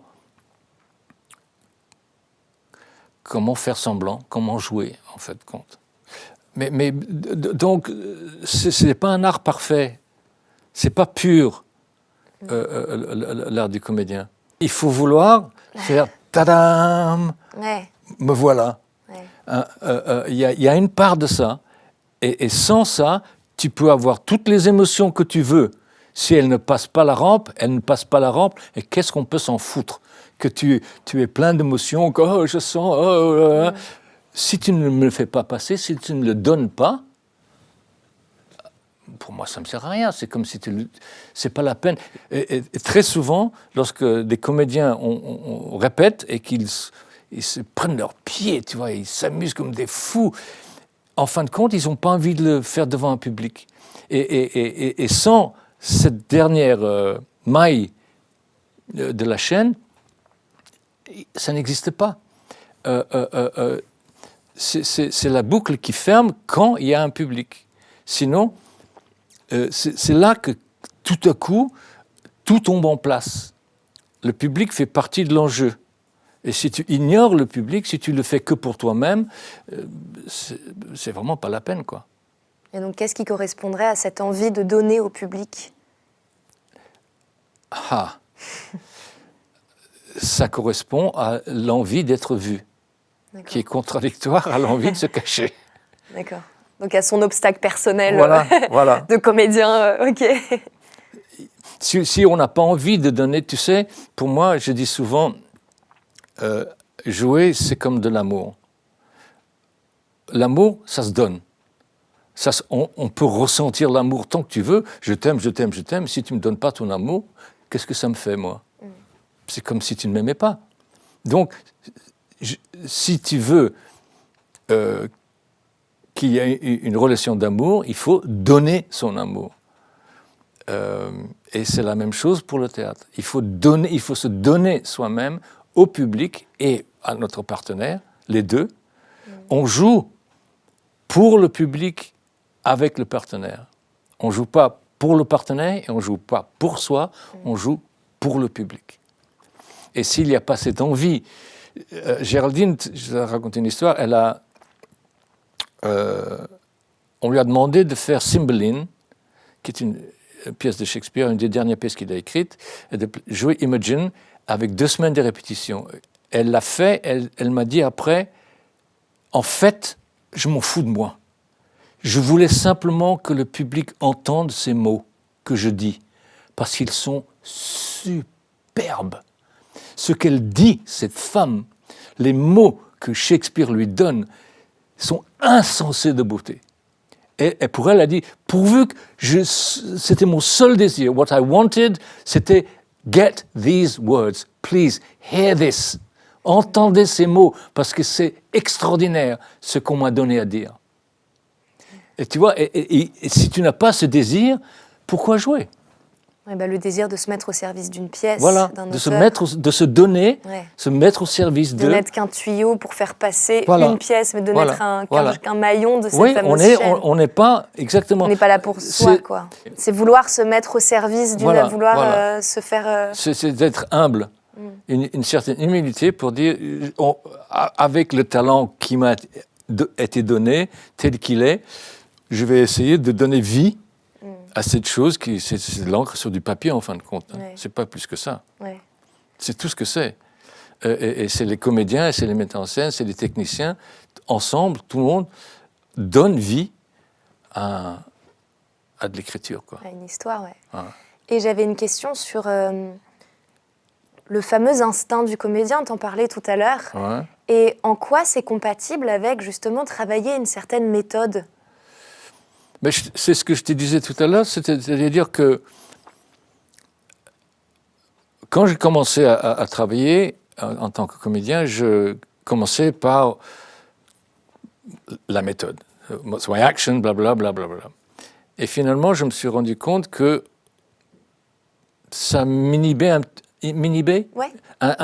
faire semblant, comment jouer, en fait, compte. Donc, ce n'est pas un art parfait, c'est pas pur, l'art du comédien. Il faut vouloir faire tadam, me voilà. Il y a une part de ça, et sans ça, tu peux avoir toutes les émotions que tu veux. Si elle ne passe pas la rampe, elle ne passe pas la rampe, et qu'est-ce qu'on peut s'en foutre? Que tu es plein d'émotions, que je sens... Si tu ne me le fais pas passer, si tu ne le donnes pas, pour moi, ça ne me sert à rien. C'est comme si c'est pas la peine. Et très souvent, lorsque des comédiens on répète et qu'ils se prennent leurs pieds, tu vois, ils s'amusent comme des fous, en fin de compte, ils n'ont pas envie de le faire devant un public. Et sans cette dernière maille de la chaîne, ça n'existe pas. C'est la boucle qui ferme quand il y a un public. Sinon, c'est là que tout à coup, tout tombe en place. Le public fait partie de l'enjeu. Et si tu ignores le public, si tu le fais que pour toi-même, c'est vraiment pas la peine, quoi. Et donc, qu'est-ce qui correspondrait à cette envie de donner au public? Ça correspond à l'envie d'être vu, qui est contradictoire à l'envie de se cacher. D'accord. Donc, à son obstacle personnel voilà. de comédien, ok. Si on n'a pas envie de donner, tu sais, pour moi, je dis souvent, jouer, c'est comme de l'amour. L'amour, ça se donne. On peut ressentir l'amour tant que tu veux. Je t'aime, je t'aime, je t'aime. Si tu ne me donnes pas ton amour, qu'est-ce que ça me fait, moi? C'est comme si tu ne m'aimais pas. Donc, si tu veux qu'il y ait une relation d'amour, il faut donner son amour. Et c'est la même chose pour le théâtre. Il faut se donner soi-même au public et à notre partenaire, les deux. On joue pour le public avec le partenaire. On ne joue pas pour le partenaire et on ne joue pas pour soi, on joue pour le public. Et s'il n'y a pas cette envie... Géraldine, je vais raconter une histoire, on lui a demandé de faire Cymbeline, qui est une pièce de Shakespeare, une des dernières pièces qu'il a écrites, et de jouer Imogen avec 2 semaines de répétition. elle l'a fait, elle m'a dit après, en fait, je m'en fous de moi. Je voulais simplement que le public entende ces mots que je dis, parce qu'ils sont superbes. Ce qu'elle dit, cette femme, les mots que Shakespeare lui donne, sont insensés de beauté. Et pour elle, elle a dit, pourvu que c'était mon seul désir, what I wanted, c'était get these words, please, hear this. Entendez ces mots, parce que c'est extraordinaire ce qu'on m'a donné à dire. Et tu vois, et si tu n'as pas ce désir, pourquoi jouer ? Ouais, le désir de se mettre au service d'une pièce, voilà, d'un auteur. De se donner, se mettre au service de... De n'être qu'un tuyau pour faire passer une pièce, mais de n'être qu'un maillon de cette fameuse chaîne. On n'est pas, exactement... On n'est pas là pour soi, quoi. C'est vouloir se mettre au service d'une... se faire... C'est d'être humble. Une certaine humilité pour dire, avec le talent qui m'a été donné, tel qu'il est, je vais essayer de donner vie à cette chose qui, c'est de l'encre sur du papier en fin de compte. Ouais. C'est pas plus que ça. Ouais. C'est tout ce que c'est. Et c'est les comédiens, et c'est les metteurs en scène, c'est les techniciens. Ensemble, tout le monde donne vie à de l'écriture, quoi. À une histoire, ouais. Ah. Et j'avais une question sur le fameux instinct du comédien, t'en parlais tout à l'heure. Ouais. Et en quoi c'est compatible avec, justement, travailler une certaine méthode ? Mais c'est ce que je te disais tout à l'heure, c'est-à-dire que quand j'ai commencé à travailler en tant que comédien, je commençais par la méthode. What's my action, blablabla. Et finalement, je me suis rendu compte que ça m'inhibait ouais.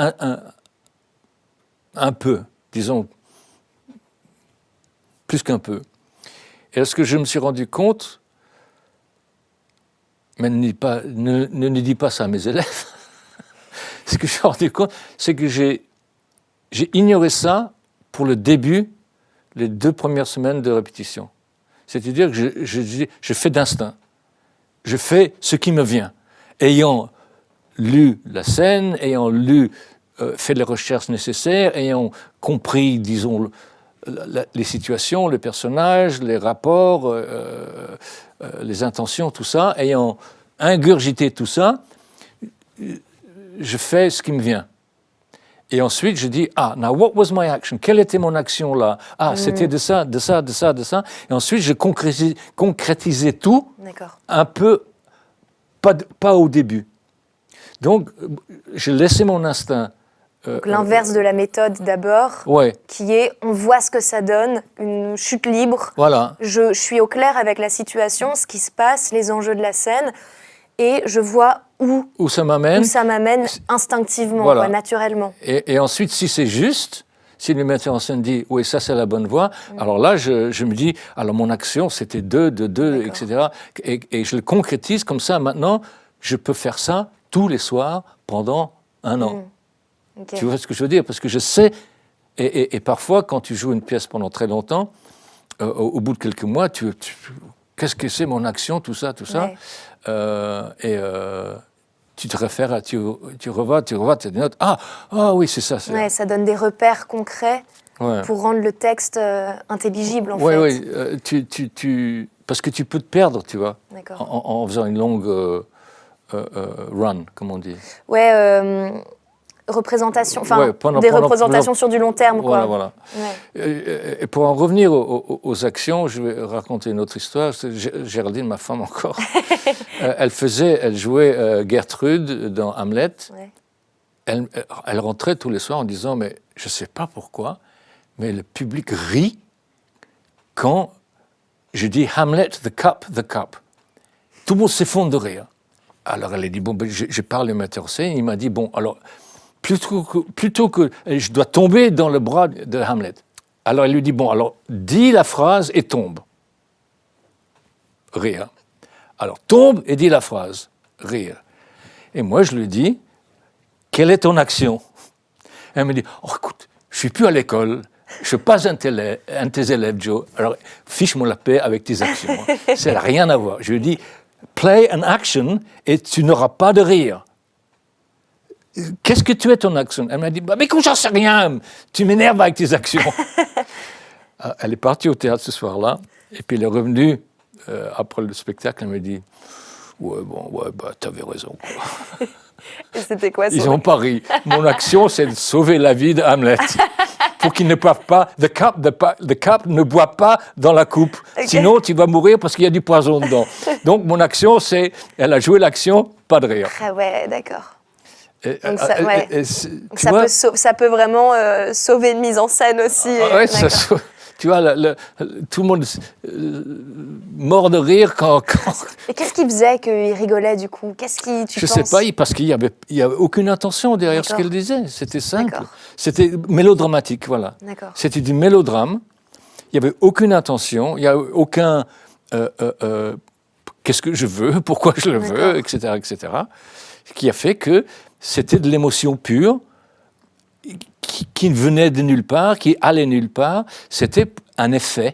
un peu, disons, plus qu'un peu. Et est-ce que je me suis rendu compte, mais ne dis pas ça à mes élèves, ce que je me suis rendu compte, c'est que j'ai ignoré ça pour le début, les 2 premières semaines de répétition. C'est-à-dire que je fais d'instinct. Je fais ce qui me vient. Ayant lu la scène, ayant fait les recherches nécessaires, ayant compris, disons, les situations, les personnages, les rapports, les intentions, tout ça, ayant ingurgité tout ça, je fais ce qui me vient. Et ensuite, je dis, now what was my action? Quelle était mon action là? C'était de ça. Et ensuite, je concrétisais tout. D'accord. Un peu, pas au début. Donc, je laissais mon instinct. Donc l'inverse de la méthode d'abord, ouais. Qui est on voit ce que ça donne, une chute libre. Voilà. Je suis au clair avec la situation, ce qui se passe, les enjeux de la scène, et je vois où ça m'amène instinctivement, voilà. quoi, naturellement. Et ensuite, si c'est juste, si le metteur en scène dit oui, ça c'est la bonne voie, alors là je me dis alors mon action c'était 2, etc. Et je le concrétise comme ça. Maintenant, je peux faire ça tous les soirs pendant 1 an. Okay. Tu vois ce que je veux dire? Parce que je sais, et parfois, quand tu joues une pièce pendant très longtemps, au bout de quelques mois, qu'est-ce que c'est mon action, tout ça ouais. Tu te réfères, tu revois, tu as des notes. Oui, c'est ça. Ouais, ça donne des repères concrets pour rendre le texte intelligible, en fait. Oui, parce que tu peux te perdre, tu vois, en faisant une longue run, comme on dit. Ouais, représentation, représentations sur du long terme. Voilà. Ouais. Et pour en revenir aux actions, je vais raconter une autre histoire. C'est Géraldine, ma femme encore, elle jouait Gertrude dans Hamlet. Ouais. Elle rentrait tous les soirs en disant, mais je ne sais pas pourquoi, mais le public rit quand je dis Hamlet, the cup. Tout le monde s'effondre de rire. Alors elle a dit, je parle au metteur en scène, il m'a dit, alors... Plutôt que je dois tomber dans le bras de Hamlet. Alors elle lui dit, alors dis la phrase et tombe. Rire. Alors tombe et dis la phrase. Rire. Et moi je lui dis, quelle est ton action? Elle me dit, écoute, je ne suis plus à l'école, je ne suis pas un de tes élèves, Joe, alors fiche-moi la paix avec tes actions. Ça n'a rien à voir. Je lui dis, play an action et tu n'auras pas de rire. qu'est-ce que tu es ton action? Elle m'a dit, mais écoute, j'en sais rien, tu m'énerves avec tes actions. Elle est partie au théâtre ce soir-là, et puis elle est revenue après le spectacle, elle me dit, t'avais raison. Quoi. Et c'était quoi ça? Ils ont pas ri. Mon action, c'est de sauver la vie de Hamlet. Pour qu'il ne boive pas, the cup ne boit pas dans la coupe. Okay. Sinon, tu vas mourir parce qu'il y a du poison dedans. Donc, mon action, c'est, elle a joué l'action, pas de rire. Ah ouais, d'accord. Donc ça peut vraiment sauver une mise en scène aussi. Ouais, tu vois, tout le monde mort de rire quand... Et qu'est-ce qu'il faisait qu'il rigolait du coup? Qu'est-ce qui, tu penses? Je sais pas, parce qu'il y avait aucune intention derrière ce qu'elle disait. C'était simple. C'était mélodramatique, voilà. C'était du mélodrame. Il n'y avait aucune intention. Il n'y a aucun... qu'est-ce que je veux? Pourquoi je le veux? Etc., etc. Ce qui a fait que c'était de l'émotion pure qui venait de nulle part, qui allait nulle part. C'était un effet.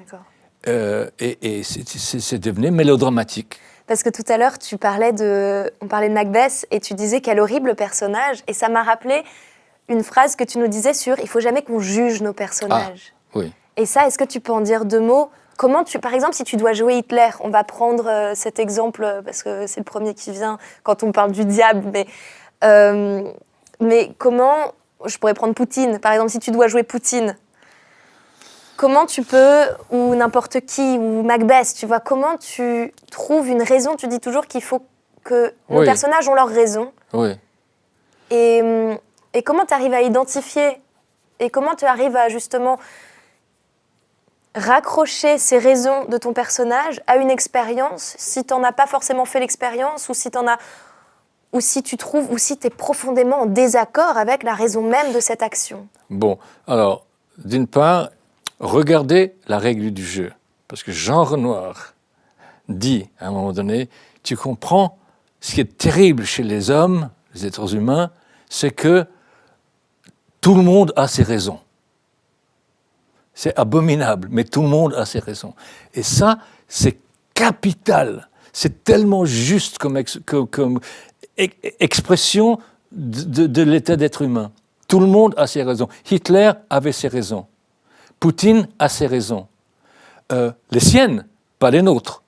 Et c'est devenu mélodramatique. Parce que tout à l'heure, on parlait de Macbeth et tu disais quel horrible personnage. Et ça m'a rappelé une phrase que tu nous disais sur « il ne faut jamais qu'on juge nos personnages ». Oui. Et ça, est-ce que tu peux en dire deux mots? Par exemple, si tu dois jouer Hitler, on va prendre cet exemple parce que c'est le premier qui vient quand on parle du diable. Mais comment... Je pourrais prendre Poutine. Par exemple, si tu dois jouer Poutine, comment tu peux, ou n'importe qui, ou Macbeth, tu vois, comment tu trouves une raison? Tu dis toujours qu'il faut que nos personnages ont leur raison. Oui. Et comment tu arrives à identifier? Et comment tu arrives à justement raccrocher ces raisons de ton personnage à une expérience, si tu n'en as pas forcément fait l'expérience, ou si tu en as... ou si tu trouves, ou si tu es profondément en désaccord avec la raison même de cette action? Bon, alors, d'une part, regardez la règle du jeu. Parce que Jean Renoir dit, à un moment donné, tu comprends, ce qui est terrible chez les hommes, les êtres humains, c'est que tout le monde a ses raisons. C'est abominable, mais tout le monde a ses raisons. Et ça, c'est capital. C'est tellement juste comme expression de l'état d'être humain. Tout le monde a ses raisons. Hitler avait ses raisons. Poutine a ses raisons. Les siennes, pas les nôtres.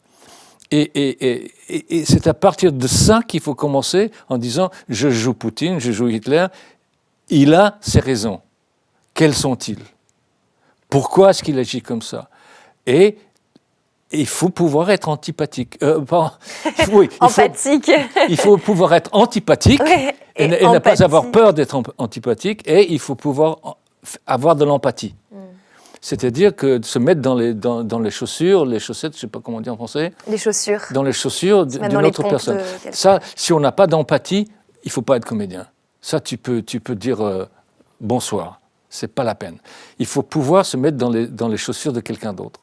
Et c'est à partir de ça qu'il faut commencer en disant « je joue Poutine, je joue Hitler, il a ses raisons. Quelles sont-ils? Pourquoi est-ce qu'il agit comme ça ?» Et il faut pouvoir être antipathique. Empathique. Il faut pouvoir être antipathique et ne pas avoir peur d'être antipathique, et il faut pouvoir avoir de l'empathie. C'est-à-dire que de se mettre dans les chaussures, les chaussettes, je ne sais pas comment on dit en français. Les chaussures. Dans les chaussures d'une autre personne. Ça, si on n'a pas d'empathie, il ne faut pas être comédien. Ça, tu peux dire bonsoir. Ce n'est pas la peine. Il faut pouvoir se mettre dans les chaussures de quelqu'un d'autre.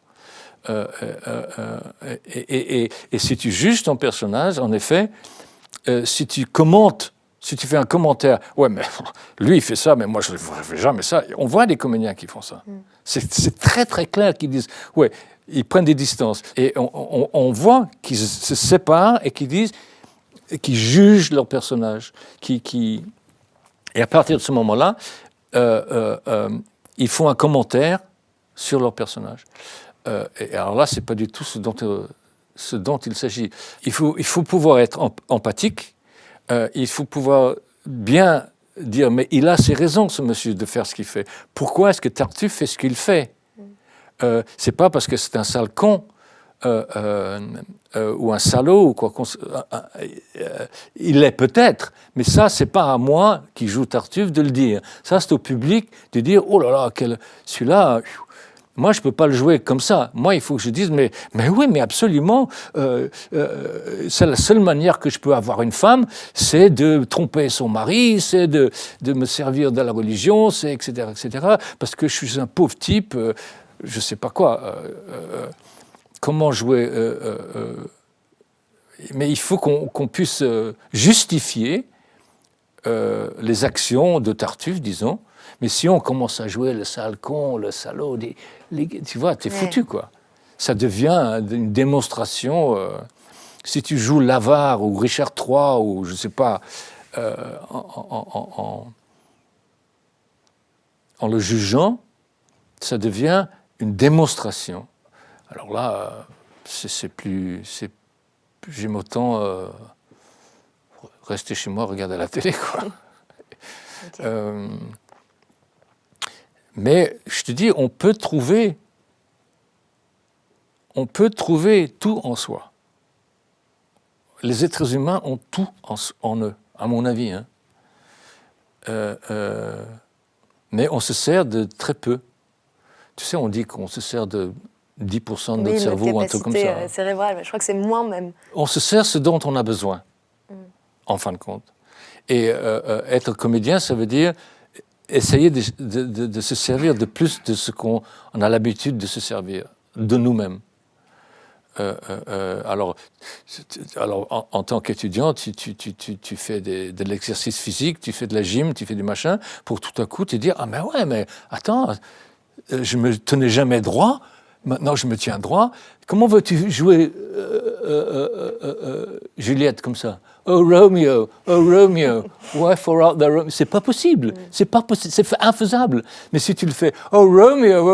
Et si tu juges ton personnage, en effet, si tu fais un commentaire, ouais, mais lui il fait ça, mais moi je ne fais jamais ça. On voit des comédiens qui font ça. C'est très très clair qu'ils disent, ouais, ils prennent des distances. Et on voit qu'ils se séparent et qu'ils jugent leur personnage. Et à partir de ce moment-là, ils font un commentaire sur leur personnage. Et alors là, ce n'est pas du tout ce dont il s'agit. Il faut pouvoir être empathique, il faut pouvoir bien dire, mais il a ses raisons, ce monsieur, de faire ce qu'il fait. Pourquoi est-ce que Tartuffe fait ce qu'il fait? C'est pas parce que c'est un sale con ou un salaud, ou quoi. Il l'est peut-être, mais ça, c'est pas à moi, qui joue Tartuffe, de le dire. Ça, c'est au public de dire, oh là là, celui-là... Moi, je ne peux pas le jouer comme ça. Moi, il faut que je dise, mais oui, mais absolument, c'est la seule manière que je peux avoir une femme, c'est de tromper son mari, c'est de me servir de la religion, c'est etc., parce que je suis un pauvre type, je ne sais pas quoi. Comment jouer mais il faut qu'on puisse justifier les actions de Tartuffe, disons. Mais si on commence à jouer le sale con, le salaud, tu vois, t'es foutu, quoi. Ça devient une démonstration. Si tu joues l'avare ou Richard III ou je sais pas, en le jugeant, ça devient une démonstration. Alors là, j'aime autant rester chez moi, regarder la télé, quoi. Okay. Mais je te dis, on peut trouver tout en soi. Les êtres humains ont tout en eux, à mon avis. Hein. Mais on se sert de très peu. Tu sais, on dit qu'on se sert de 10% de notre cerveau ou un truc comme ça. Capacité cérébrale, je crois que c'est moins même. On se sert ce dont on a besoin, en fin de compte. Et être comédien, ça veut dire essayer de se servir de plus de ce qu'on a l'habitude de se servir, de nous-mêmes. Alors, en tant qu'étudiant, tu fais de l'exercice physique, tu fais de la gym, tu fais du machin, pour tout à coup te dire « Ah mais ouais, mais attends, je me tenais jamais droit, maintenant je me tiens droit. Comment veux-tu jouer Juliette comme ça ? Oh Romeo, why for out there Romeo ?» C'est pas possible, c'est infaisable. Mais si tu le fais « Oh Romeo »,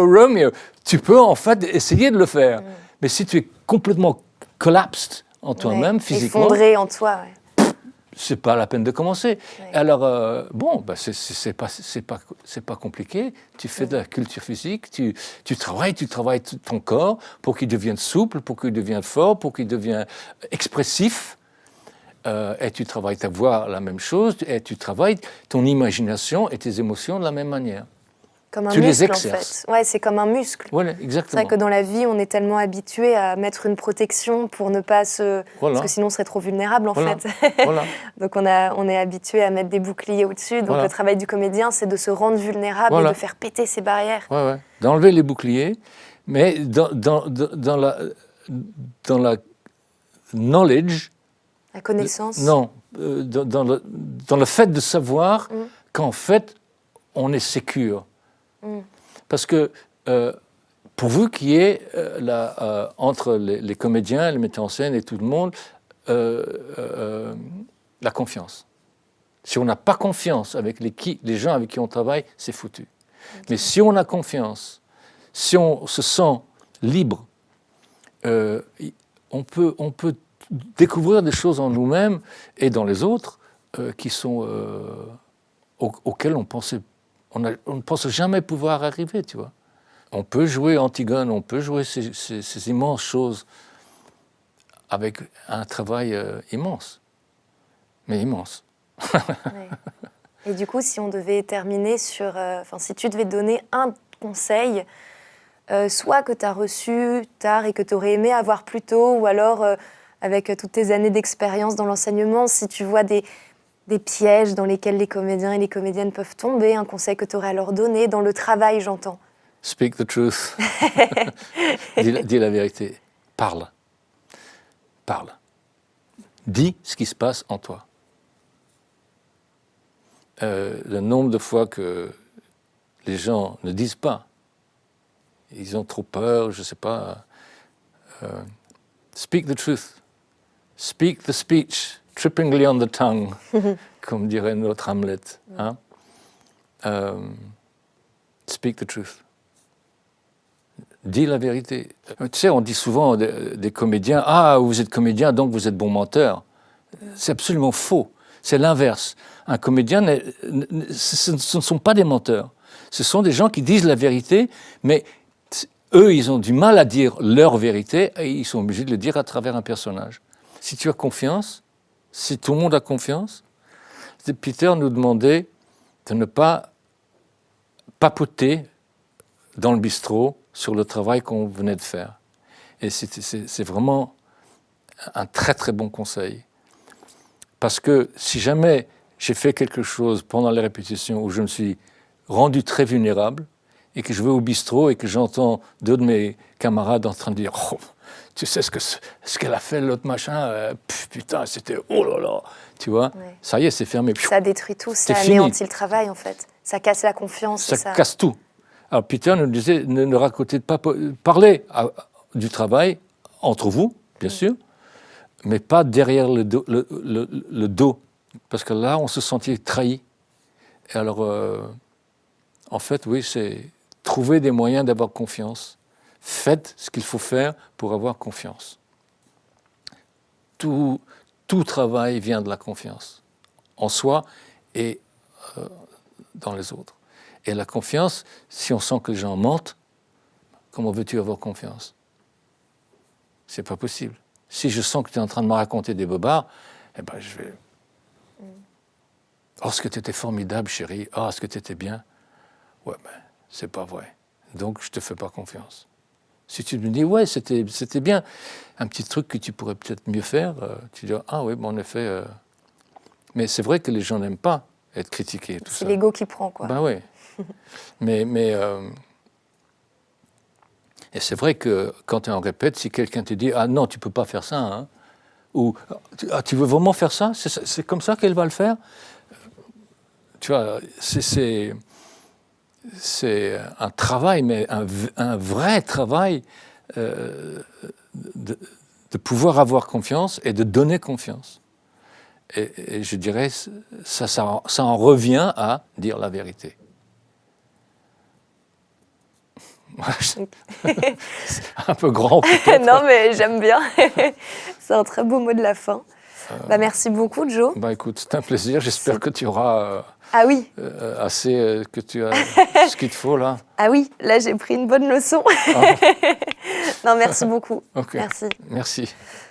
tu peux en fait essayer de le faire. Mais si tu es complètement collapsed en toi-même, physiquement, effondré en toi, c'est pas la peine de commencer. Ouais. Alors c'est pas compliqué. Tu fais de la culture physique, tu travailles ton corps pour qu'il devienne souple, pour qu'il devienne fort, pour qu'il devienne expressif. Et tu travailles ta voix la même chose, et tu travailles ton imagination et tes émotions de la même manière. Comme un muscle, en fait. Ouais, c'est comme un muscle. Voilà, exactement. C'est vrai que dans la vie, on est tellement habitué à mettre une protection pour ne pas se... Voilà. Parce que sinon, on serait trop vulnérable, en fait. Voilà. Donc, on est habitué à mettre des boucliers au-dessus. Donc, le travail du comédien, c'est de se rendre vulnérable et de faire péter ses barrières. Ouais. D'enlever les boucliers, mais dans la knowledge... La connaissance. Non, dans le fait de savoir qu'en fait, on est sécure. Parce que pourvu qu'il y ait entre les comédiens, les metteurs en scène et tout le monde, la confiance. Si on n'a pas confiance avec les gens avec qui on travaille, c'est foutu. Okay. Mais si on a confiance, si on se sent libre, on peut découvrir des choses en nous-mêmes et dans les autres qui sont auxquelles on ne pense jamais pouvoir arriver, tu vois. On peut jouer Antigone, on peut jouer ces immenses choses avec un travail immense, mais immense. Ouais. Et du coup, si on devait terminer sur... si tu devais donner un conseil, soit que tu as reçu tard et que tu aurais aimé avoir plus tôt, ou alors avec toutes tes années d'expérience dans l'enseignement, si tu vois des pièges dans lesquels les comédiens et les comédiennes peuvent tomber, un conseil que tu aurais à leur donner, dans le travail, j'entends. Speak the truth. Dis la vérité. Parle. Dis ce qui se passe en toi. Le nombre de fois que les gens ne disent pas, ils ont trop peur, je ne sais pas. Speak the truth. Speak the speech. Trippingly on the tongue, comme dirait notre Hamlet. Hein? Speak the truth. Dis la vérité. Tu sais, on dit souvent des comédiens, « Ah, vous êtes comédien, donc vous êtes bon menteur. » C'est absolument faux. C'est l'inverse. Un comédien, ce ne sont pas des menteurs. Ce sont des gens qui disent la vérité, mais eux, ils ont du mal à dire leur vérité et ils sont obligés de le dire à travers un personnage. Si tu as confiance, si tout le monde a confiance, Peter nous demandait de ne pas papoter dans le bistrot sur le travail qu'on venait de faire. Et c'est vraiment un très très bon conseil. Parce que si jamais j'ai fait quelque chose pendant les répétitions où je me suis rendu très vulnérable et que je vais au bistrot et que j'entends deux de mes camarades en train de dire « Oh, tu sais ce qu'elle a fait l'autre machin, putain, c'était oh là là !» Tu vois, ça y est, c'est fermé. Ça détruit tout, ça anéantit le travail en fait. Ça casse la confiance. Ça casse tout. Alors Peter nous disait, ne racontez pas, parlez du travail entre vous, bien sûr, mais pas derrière le dos Parce que là, on se sentait trahi. Et alors, en fait, oui, c'est trouver des moyens d'avoir confiance. Faites ce qu'il faut faire pour avoir confiance. Tout travail vient de la confiance, en soi et dans les autres. Et la confiance, si on sent que les gens mentent, comment veux-tu avoir confiance? C'est pas possible. Si je sens que tu es en train de me raconter des bobards, eh ben je vais... Oh, ce que tu étais formidable, chérie. Oh, ce que tu étais bien. Ouais, ben, c'est pas vrai. Donc, je te fais pas confiance. Si tu me dis, ouais, c'était bien, un petit truc que tu pourrais peut-être mieux faire, tu dis, ah oui, bon, en effet. Mais c'est vrai que les gens n'aiment pas être critiqués. C'est l'ego qui prend, quoi. Ben oui. mais et c'est vrai que quand tu en répètes, si quelqu'un te dit, ah non, tu peux pas faire ça, hein, ou tu veux vraiment faire ça? C'est comme ça qu'elle va le faire? Tu vois, c'est un travail, mais un vrai travail de pouvoir avoir confiance et de donner confiance. Et je dirais, ça en revient à dire la vérité. C'est un peu grand, peut-être. Non, mais j'aime bien. C'est un très beau mot de la fin. Merci beaucoup, Joe. Écoute, c'est un plaisir. J'espère que tu auras ah oui. assez, que tu as ce qu'il te faut là. Ah oui, là j'ai pris une bonne leçon. Non, merci beaucoup. Okay. Merci. Merci.